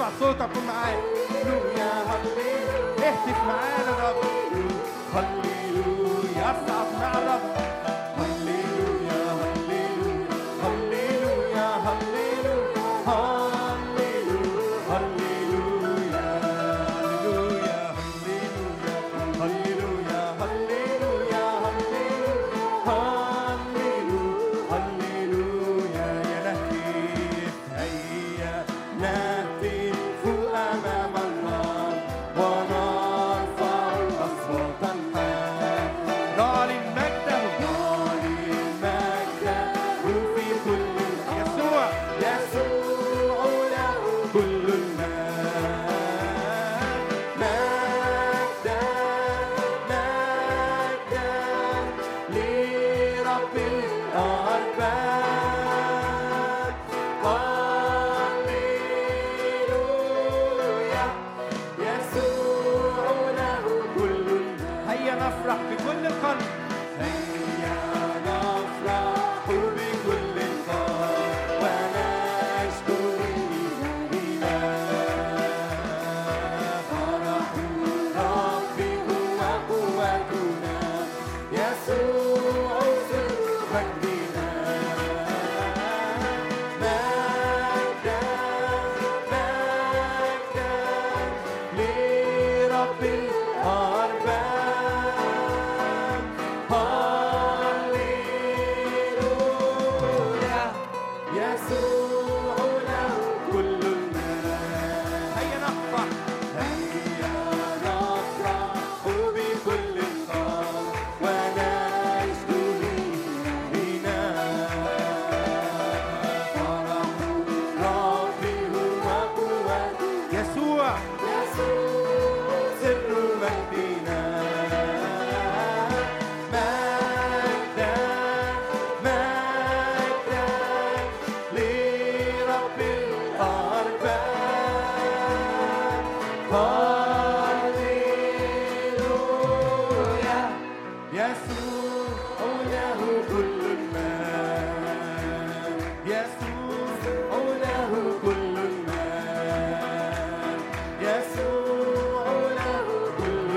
Speaker 2: ارفع صوتك قول معايا هللويا هللويا اهتف معانا الرب هللويا اصعد مع الرب هللويا هللويا هللويا هللويا هللويا هللويا هللويا هللويا هللويا هللويا يا نهتف هيا نهتف أمام الله ونرفع أصوات الحمد نعلن مجده نعلن مجده في كل يسوع يسوع له كل المجد مجدا مجدا لرب الأرباب هللويا يسوع له كل المجد هيا نفرح بكل القلب هيا نفرح بكل القلب ونشكر إلهنا فرح الرب هو قوتنا يسوع سر مجدنا مجدا مجدا لرب الأرباب هللويا يسوع له كل المجد هيا نفرح هيا نفرح بكل القلب ونشكر إلهنا فرح الرب هو قوة يسوع سر مجدنا مجدا مجدا لرب الأرباب هللويا يسوع له كل المجد يسوع له كل المجد يسوع له كل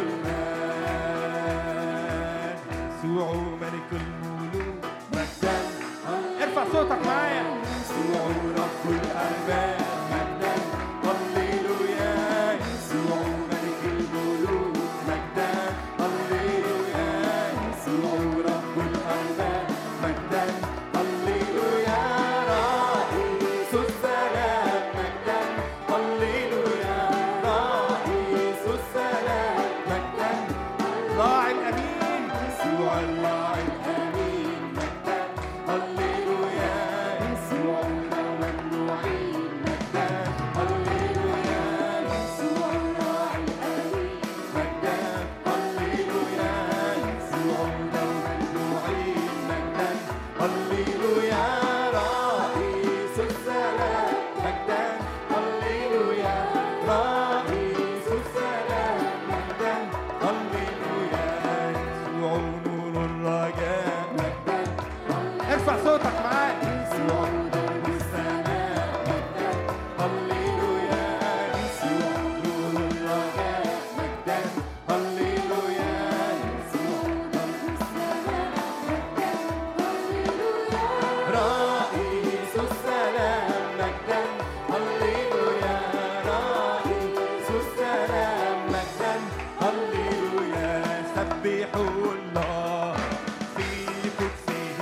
Speaker 2: المجد يسوع ملك الملوك مجدا ارفع صوتك معايا يسوع رب الأرباب مجدا هللويا يسوع ملك الملوك مجدا هللويا يسوع رب الأرباب مجدا هللويا رئيس السلام مجدا هللويا رئيس السلام مجدا راعي الأمين يسوع الراعي الأمين مجدا هللويا يسوع الممنوعين مجدا هللويا يسوع الراعي الأمين مجدا هللويا يسوع الممنوعين مجدا هللويا رئيس السلام مجدا هللويا رئيس السلام مجدا هللويا يسوع نور الرجاء مجدا ارفع صوتك معايا يسوع نور السماء مجدا هللويا يسوع نور الرجاء مجدا هللويا يسوع نور السماء مجدا هللويا رئيس السلام مجدا هللويا رئيس السلام مجدا هللويا سبحوا الله في قدسه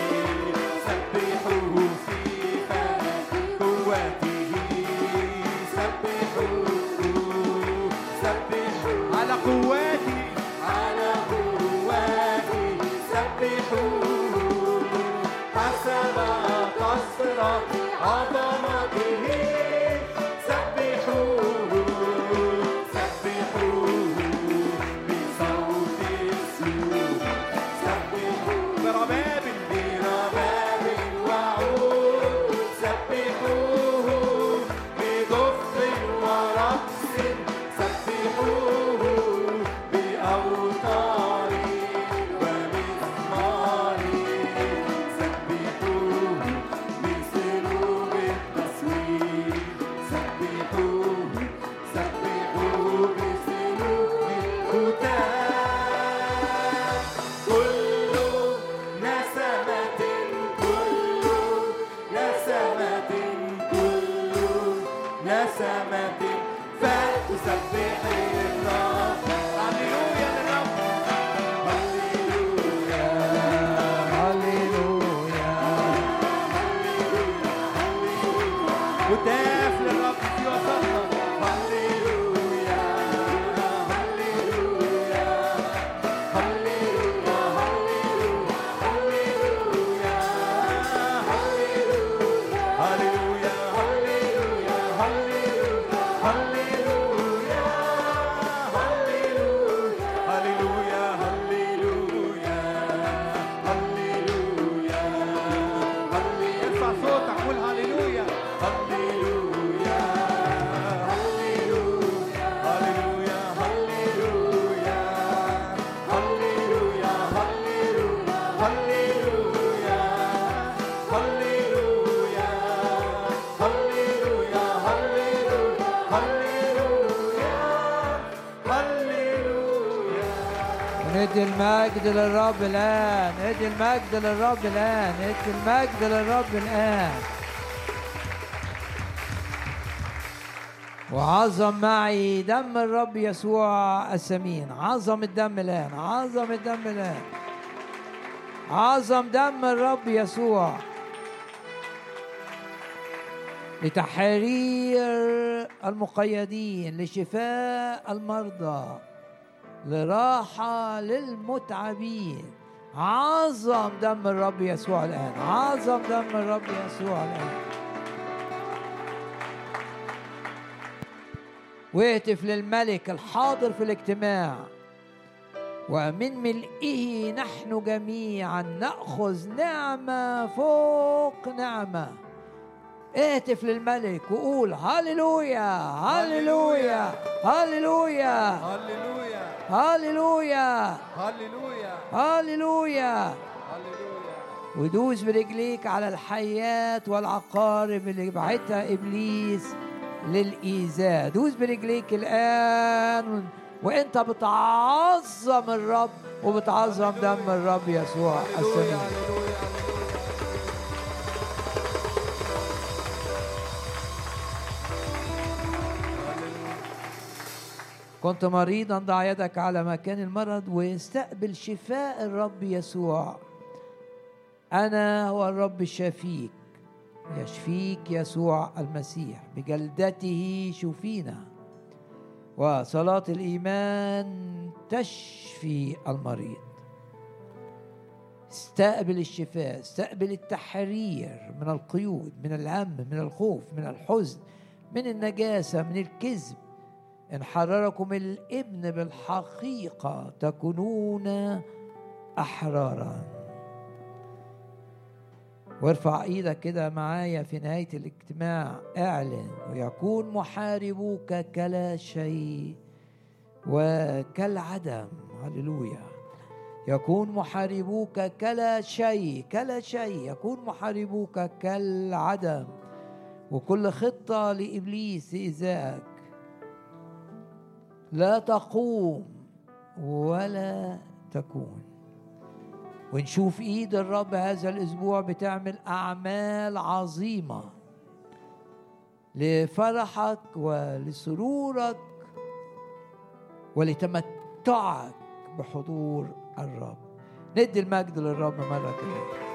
Speaker 2: سبحوه في قوته سبحوه سبحوه على قوته على قوته سبحوه حسب قصر عظمته سبحوه سبحوه بصوت السيوف سبحوه برباب برباب وعود سبحوه بدف ورقص سبحوه بأوتار ومزمار سبحوه بسلوب التصوير نسمات فتسبحي الرب. هللويا للرب، هللويا
Speaker 1: هللويا.
Speaker 2: هتاف للرب في وسطنا. هللويا هللويا هللويا هللويا هللويا هللويا هللويا هللويا هللويا هللويا هللويا. ارفع صوتك قول هللويا هللويا هللويا هللويا هللويا هللويا هللويا هللويا هللويا هللويا هللويا.
Speaker 1: ندي المجد للرب الآن، ندي المجد للرب الآن، ندي المجد للرب الآن. وعظم معي دم الرب يسوع الثمين. عظم الدم الآن، عظم الدم الآن، عظم دم الرب يسوع لتحرير المقيدين، لشفاء المرضى، لراحة للمتعبين. عظم دم الرب يسوع الآن، عظم دم الرب يسوع الآن. واهتف للملك الحاضر في الاجتماع، ومن ملئه نحن جميعا نأخذ نعمة فوق نعمة. اهتف للملك وقول هاليلويا هاليلويا هاليلويا
Speaker 2: هللويا
Speaker 1: هاليلويا
Speaker 2: هللويا
Speaker 1: هاليلويا.
Speaker 2: هللويا.
Speaker 1: ودوس برجليك على الحيات والعقارب اللي بعتها إبليس للإيذاء. دوس برجليك الآن وانت بتعظم الرب وبتعظم دم الرب يسوع الثمين. كنت مريضا، ضع يدك على مكان المرض واستقبل شفاء الرب يسوع. أنا هو الرب الشافيك، يشفيك يسوع المسيح، بجلدته شفينا. وصلاة الإيمان تشفي المريض. استقبل الشفاء، استقبل التحرير من القيود، من الهم، من الخوف، من الحزن، من النجاسة، من الكذب. إن حرركم الابن بالحقيقة تكونون أحرارا. وارفع ايدك كده معايا في نهاية الاجتماع، اعلن: ويكون محاربوك كلا شيء وكالعدم. هللويا. يكون محاربوك كلا شيء، كلا شيء، يكون محاربوك كالعدم. وكل خطة لإبليس لإيذائك لا تقوم ولا تكون. ونشوف ايد الرب هذا الاسبوع بتعمل اعمال عظيمة لفرحك ولسرورك ولتمتعك بحضور الرب. ندي المجد للرب مرة كمان.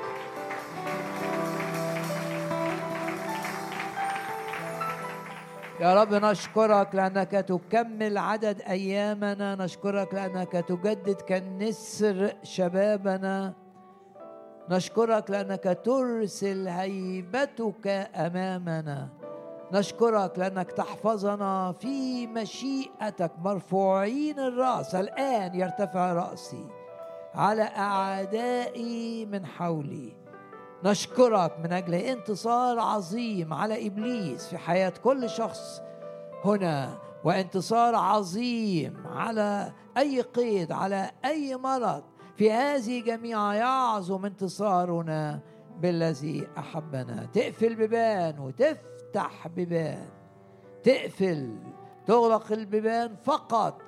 Speaker 1: يا رب نشكرك لأنك تكمل عدد أيامنا، نشكرك لأنك تجدد كالنسر شبابنا، نشكرك لأنك ترسل هيبتك أمامنا، نشكرك لأنك تحفظنا في مشيئتك مرفوعين الرأس. الآن يرتفع رأسي على أعدائي من حولي. نشكرك من أجل انتصار عظيم على إبليس في حياة كل شخص هنا، وانتصار عظيم على أي قيد، على أي مرض. في هذه جميعا يعظم انتصارنا بالذي أحبنا. تقفل بيبان وتفتح بيبان، تقفل تغلق البيبان فقط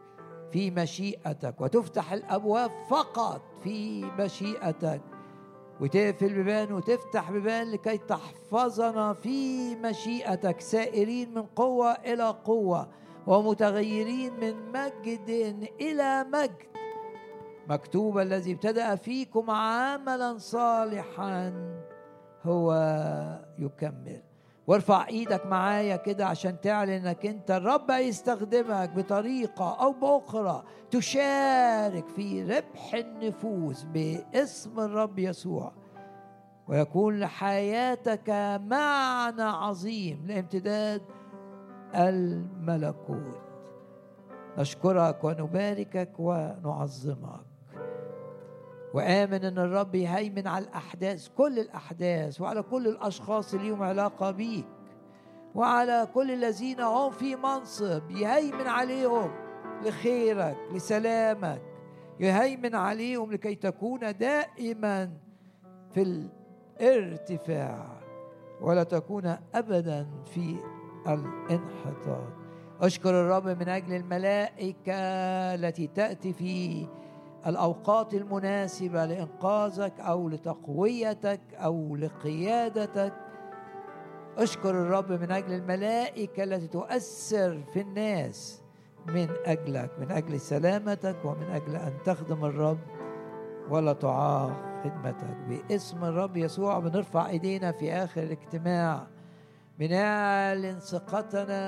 Speaker 1: في مشيئتك، وتفتح الأبواب فقط في مشيئتك. وتقفل بيبان وتفتح بيبان لكي تحفظنا في مشيئتك، سائرين من قوة إلى قوة ومتغيرين من مجد إلى مجد. مكتوب الذي ابتدأ فيكم عملا صالحا هو يكمل. وارفع ايدك معايا كده عشان تعلن انك انت الرب يستخدمك بطريقة او باخرى تشارك في ربح النفوس باسم الرب يسوع، ويكون لحياتك معنى عظيم لامتداد الملكوت. نشكرك ونباركك ونعظمك، وآمن أن الرب يهيمن على الأحداث، كل الأحداث، وعلى كل الأشخاص اللي لهم علاقة بيك، وعلى كل الذين هم في منصب، يهيمن عليهم لخيرك لسلامك، يهيمن عليهم لكي تكون دائما في الارتفاع ولا تكون أبدا في الانحطاط. أشكر الرب من أجل الملائكة التي تأتي في الأوقات المناسبة لإنقاذك أو لتقويتك أو لقيادتك. أشكر الرب من أجل الملائكة التي تؤثر في الناس من أجلك، من أجل سلامتك ومن أجل أن تخدم الرب ولا تعاق خدمتك. باسم الرب يسوع بنرفع إيدينا في آخر الاجتماع، بنعلن ثقتنا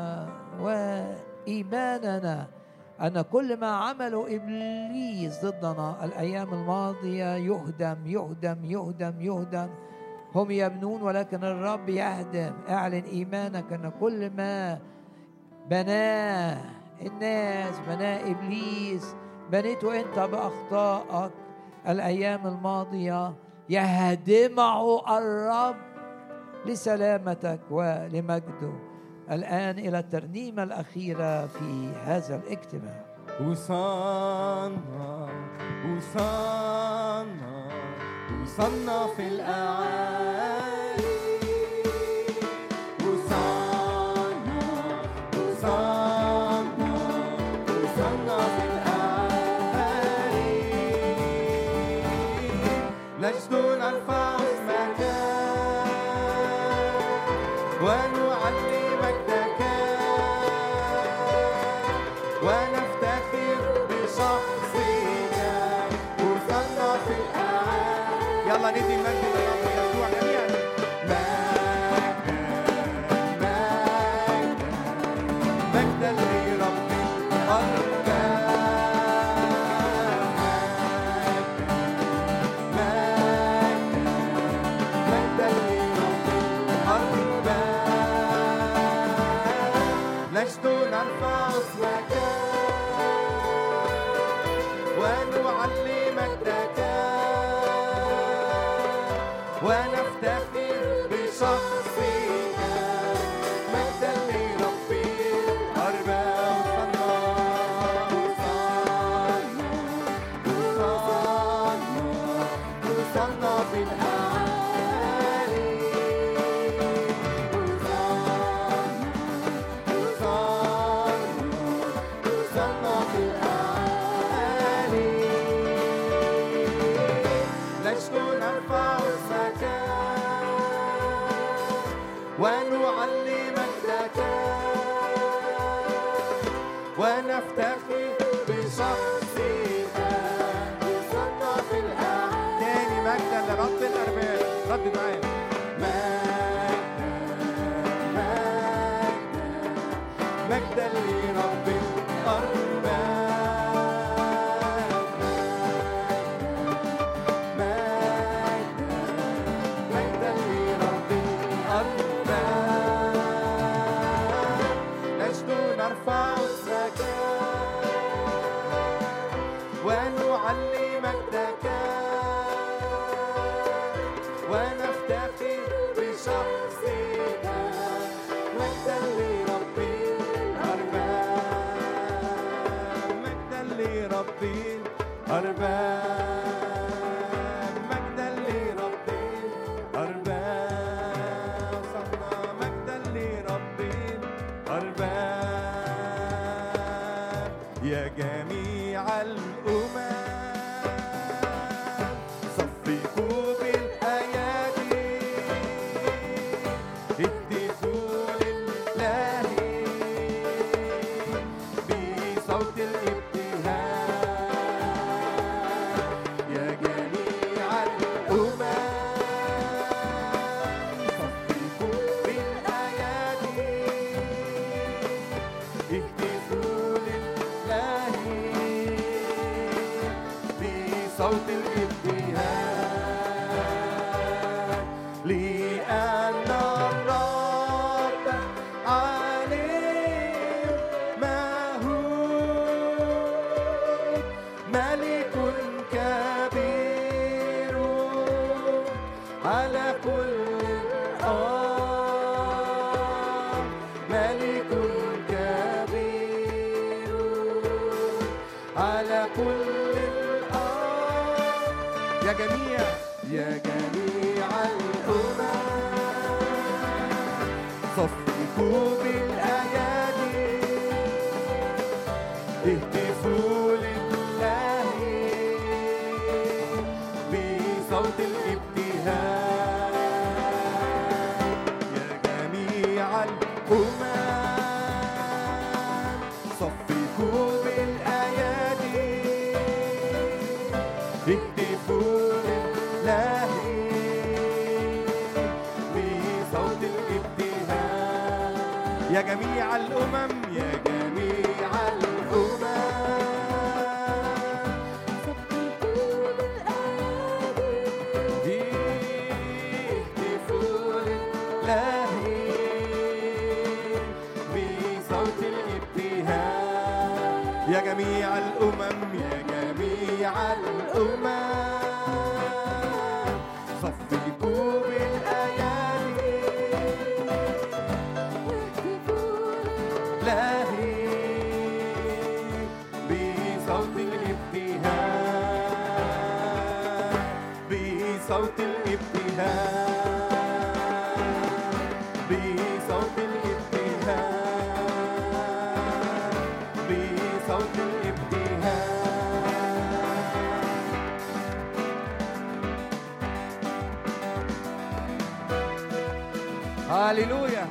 Speaker 1: وإيماننا أن كل ما عمله إبليس ضدنا الأيام الماضية يهدم يهدم يهدم يهدم. هم يبنون ولكن الرب يهدم. اعلن إيمانك أن كل ما بناه الناس، بناه إبليس، بنيته أنت بأخطائك الأيام الماضية، يهدمه الرب لسلامتك ولمجده. الآن إلى الترنيمة الأخيرة في هذا الاجتماع.
Speaker 2: وصلنا وصلنا وصلنا في الأعالي، وصلنا وصلنا وصلنا في الأعالي، نجد نرفع اسمك ونعلي مجدك ونفتخر بشخصك. وصلنا في الأعالي، يلا ندي المجد للرب يسوع جميعا. مجدا مجدا لرب الأرباب، مجدا لرب الأرباب، نجد نرفع اسمك ونعلي مجدك ونفتخر بشخصك. مجدا لرب الأرباب. وصلنا وصلنا في الأعالي، وصلنا في الأعالي، نجد نرفع اسمك ونعلي مجدك ونفتخر بشخصك. وصلنا في الأعالي. تاني مجدا لرب الأرباب، رد معايا. مجدا لرب الأرباب، مجدا لرب الأرباب، نجد نرفع اسمك ونعلي مجدك ونفتخر بشخصك. مجدا لرب الأرباب، مجدا لرب الأرباب، مجدا لرب الأرباب. صرنا مجدا لرب الأرباب. يا جميع الأمم صفقوا بصوت الابتهاج لأن الرب علي مهوب ملك كبير على كل الأرض ملك كبير على كل الأرض يا جميع يا جميع الأمم صفقوا بالأيادي اهتفوا لله بصوت الابتهاج يا جميع الأمم صفقوا بالأيادي اهتفوا لله بصوت الابتهاج يا جميع الأمم يا جميع الأمم صفقوا بالأيادي اهتفوا لله بصوت الابتهاج يا جميع الأمم يا جميع الأمم صفقوا بالأيادي لله بصوت الابتهاج بصوت الابتهاج بصوت الابتهاج بصوت الابتهاج هاليلويا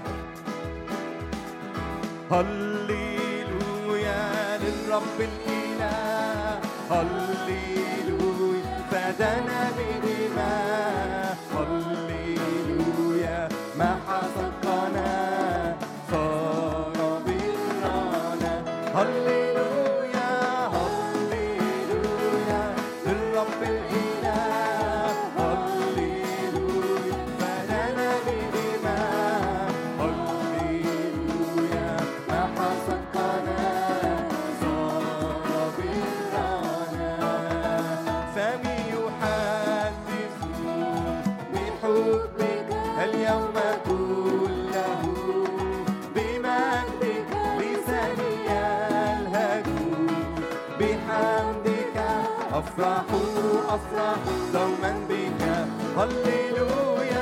Speaker 2: هاليلويا للرب الإله هاليلويا فدانا بدماء هاليلويا ما حسقنا صار برنا هاليلويا هاليلويا للرب الإله هاليلويا فدانا بدماء هاليلويا ما حسقنا صار برنا فمي يحدث بحبك اليوم كله بمجدك لساني يلهج بحمدك أفرح أفرح دوما بك هللويا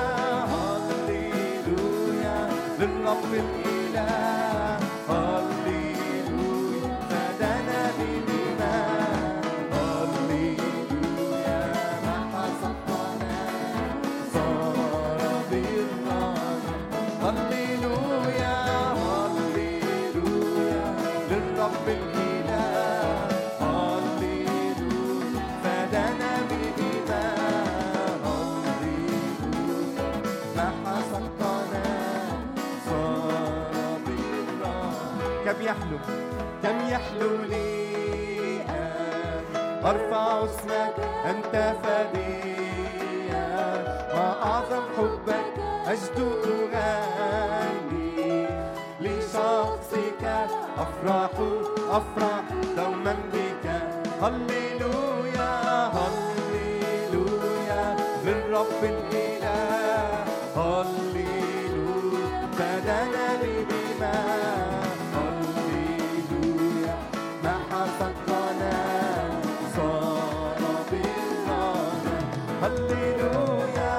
Speaker 2: هللويا للرب الإله هللويا فدانا بدماء هللويا ما حسقنا صار برنا هللويا هللويا للرب الإله هللويا فدانا بدماء هللويا ما حسقنا صار برنا كم يحلو كم يحلو لي أن أرفع اسمك أنت فديا ما أعظم حبك أجد أغني لشخصك أفرح أفرح دوما بك هللويا هللويا للرب الإله هللويا فدانا بدماء هللويا ما حسقنا صار برنا هللويا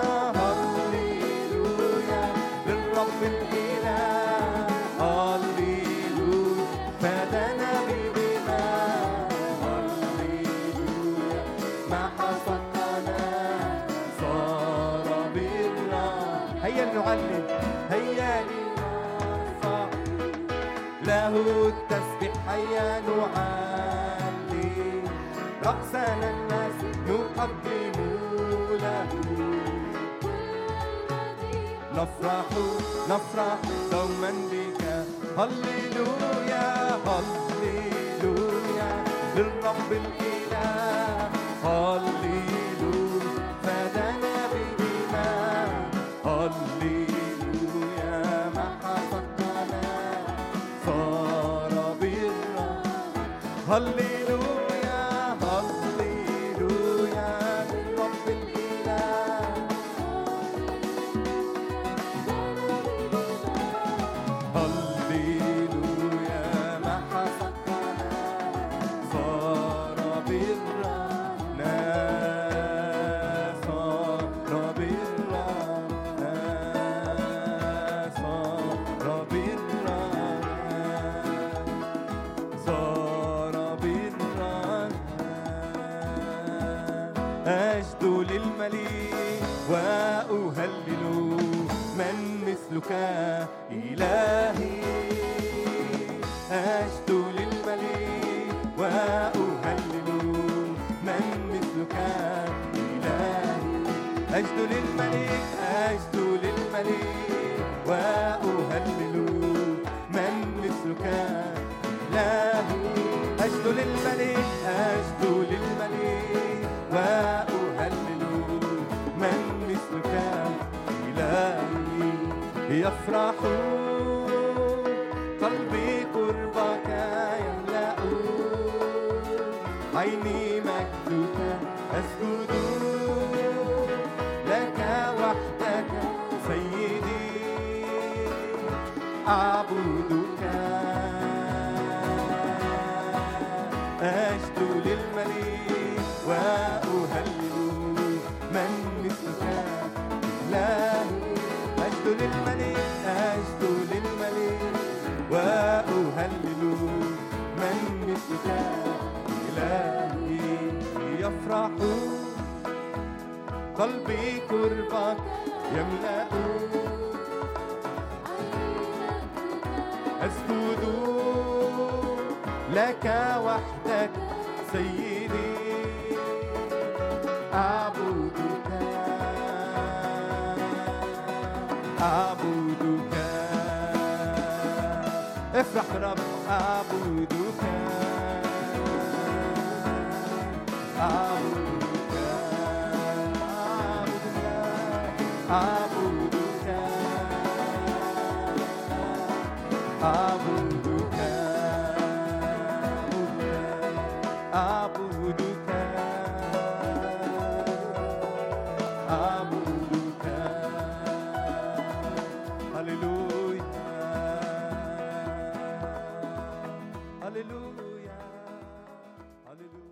Speaker 2: هللويا للرب الإله هللويا فدانا بدماء هللويا ما حسقنا صار برنا هيا نعلم هيا لنرفع له التسبيح هيا نعلم رقصنا الناس نقدم له نفرح نفرح دوما بك هللويا هللويا للرب الإله هللويا هللويا هللويا للرب الإله. هللويا ما حسبنا صار برنا صار برنا صار برنا صار برنا. أجد للملك وأهلل من مثلك إلهي. أجد للملك وأهلل من مثلك إلهي. أجد للملك أجد للملك وأهلل من مثلك إلهي. أجد للملك أجد للملك وأهلل من مثلك إلهي. يفرح قلبي قربك يملأ عيني مجدك. أسجد لك وحدك سيدي أعبدك. أجد للملك وأهلل من مثلك إلهي. أجد للملك أجد للملك وأهلل من مثلك إلهي. يفرح قلبي قربك يملأ أسجد لك وحدك سيدي أعبدك أعبدك. افرح رب أعبدك أعبدك أعبدك أعبدك أعبدك أعبدك. هللويا هللويا هللويا.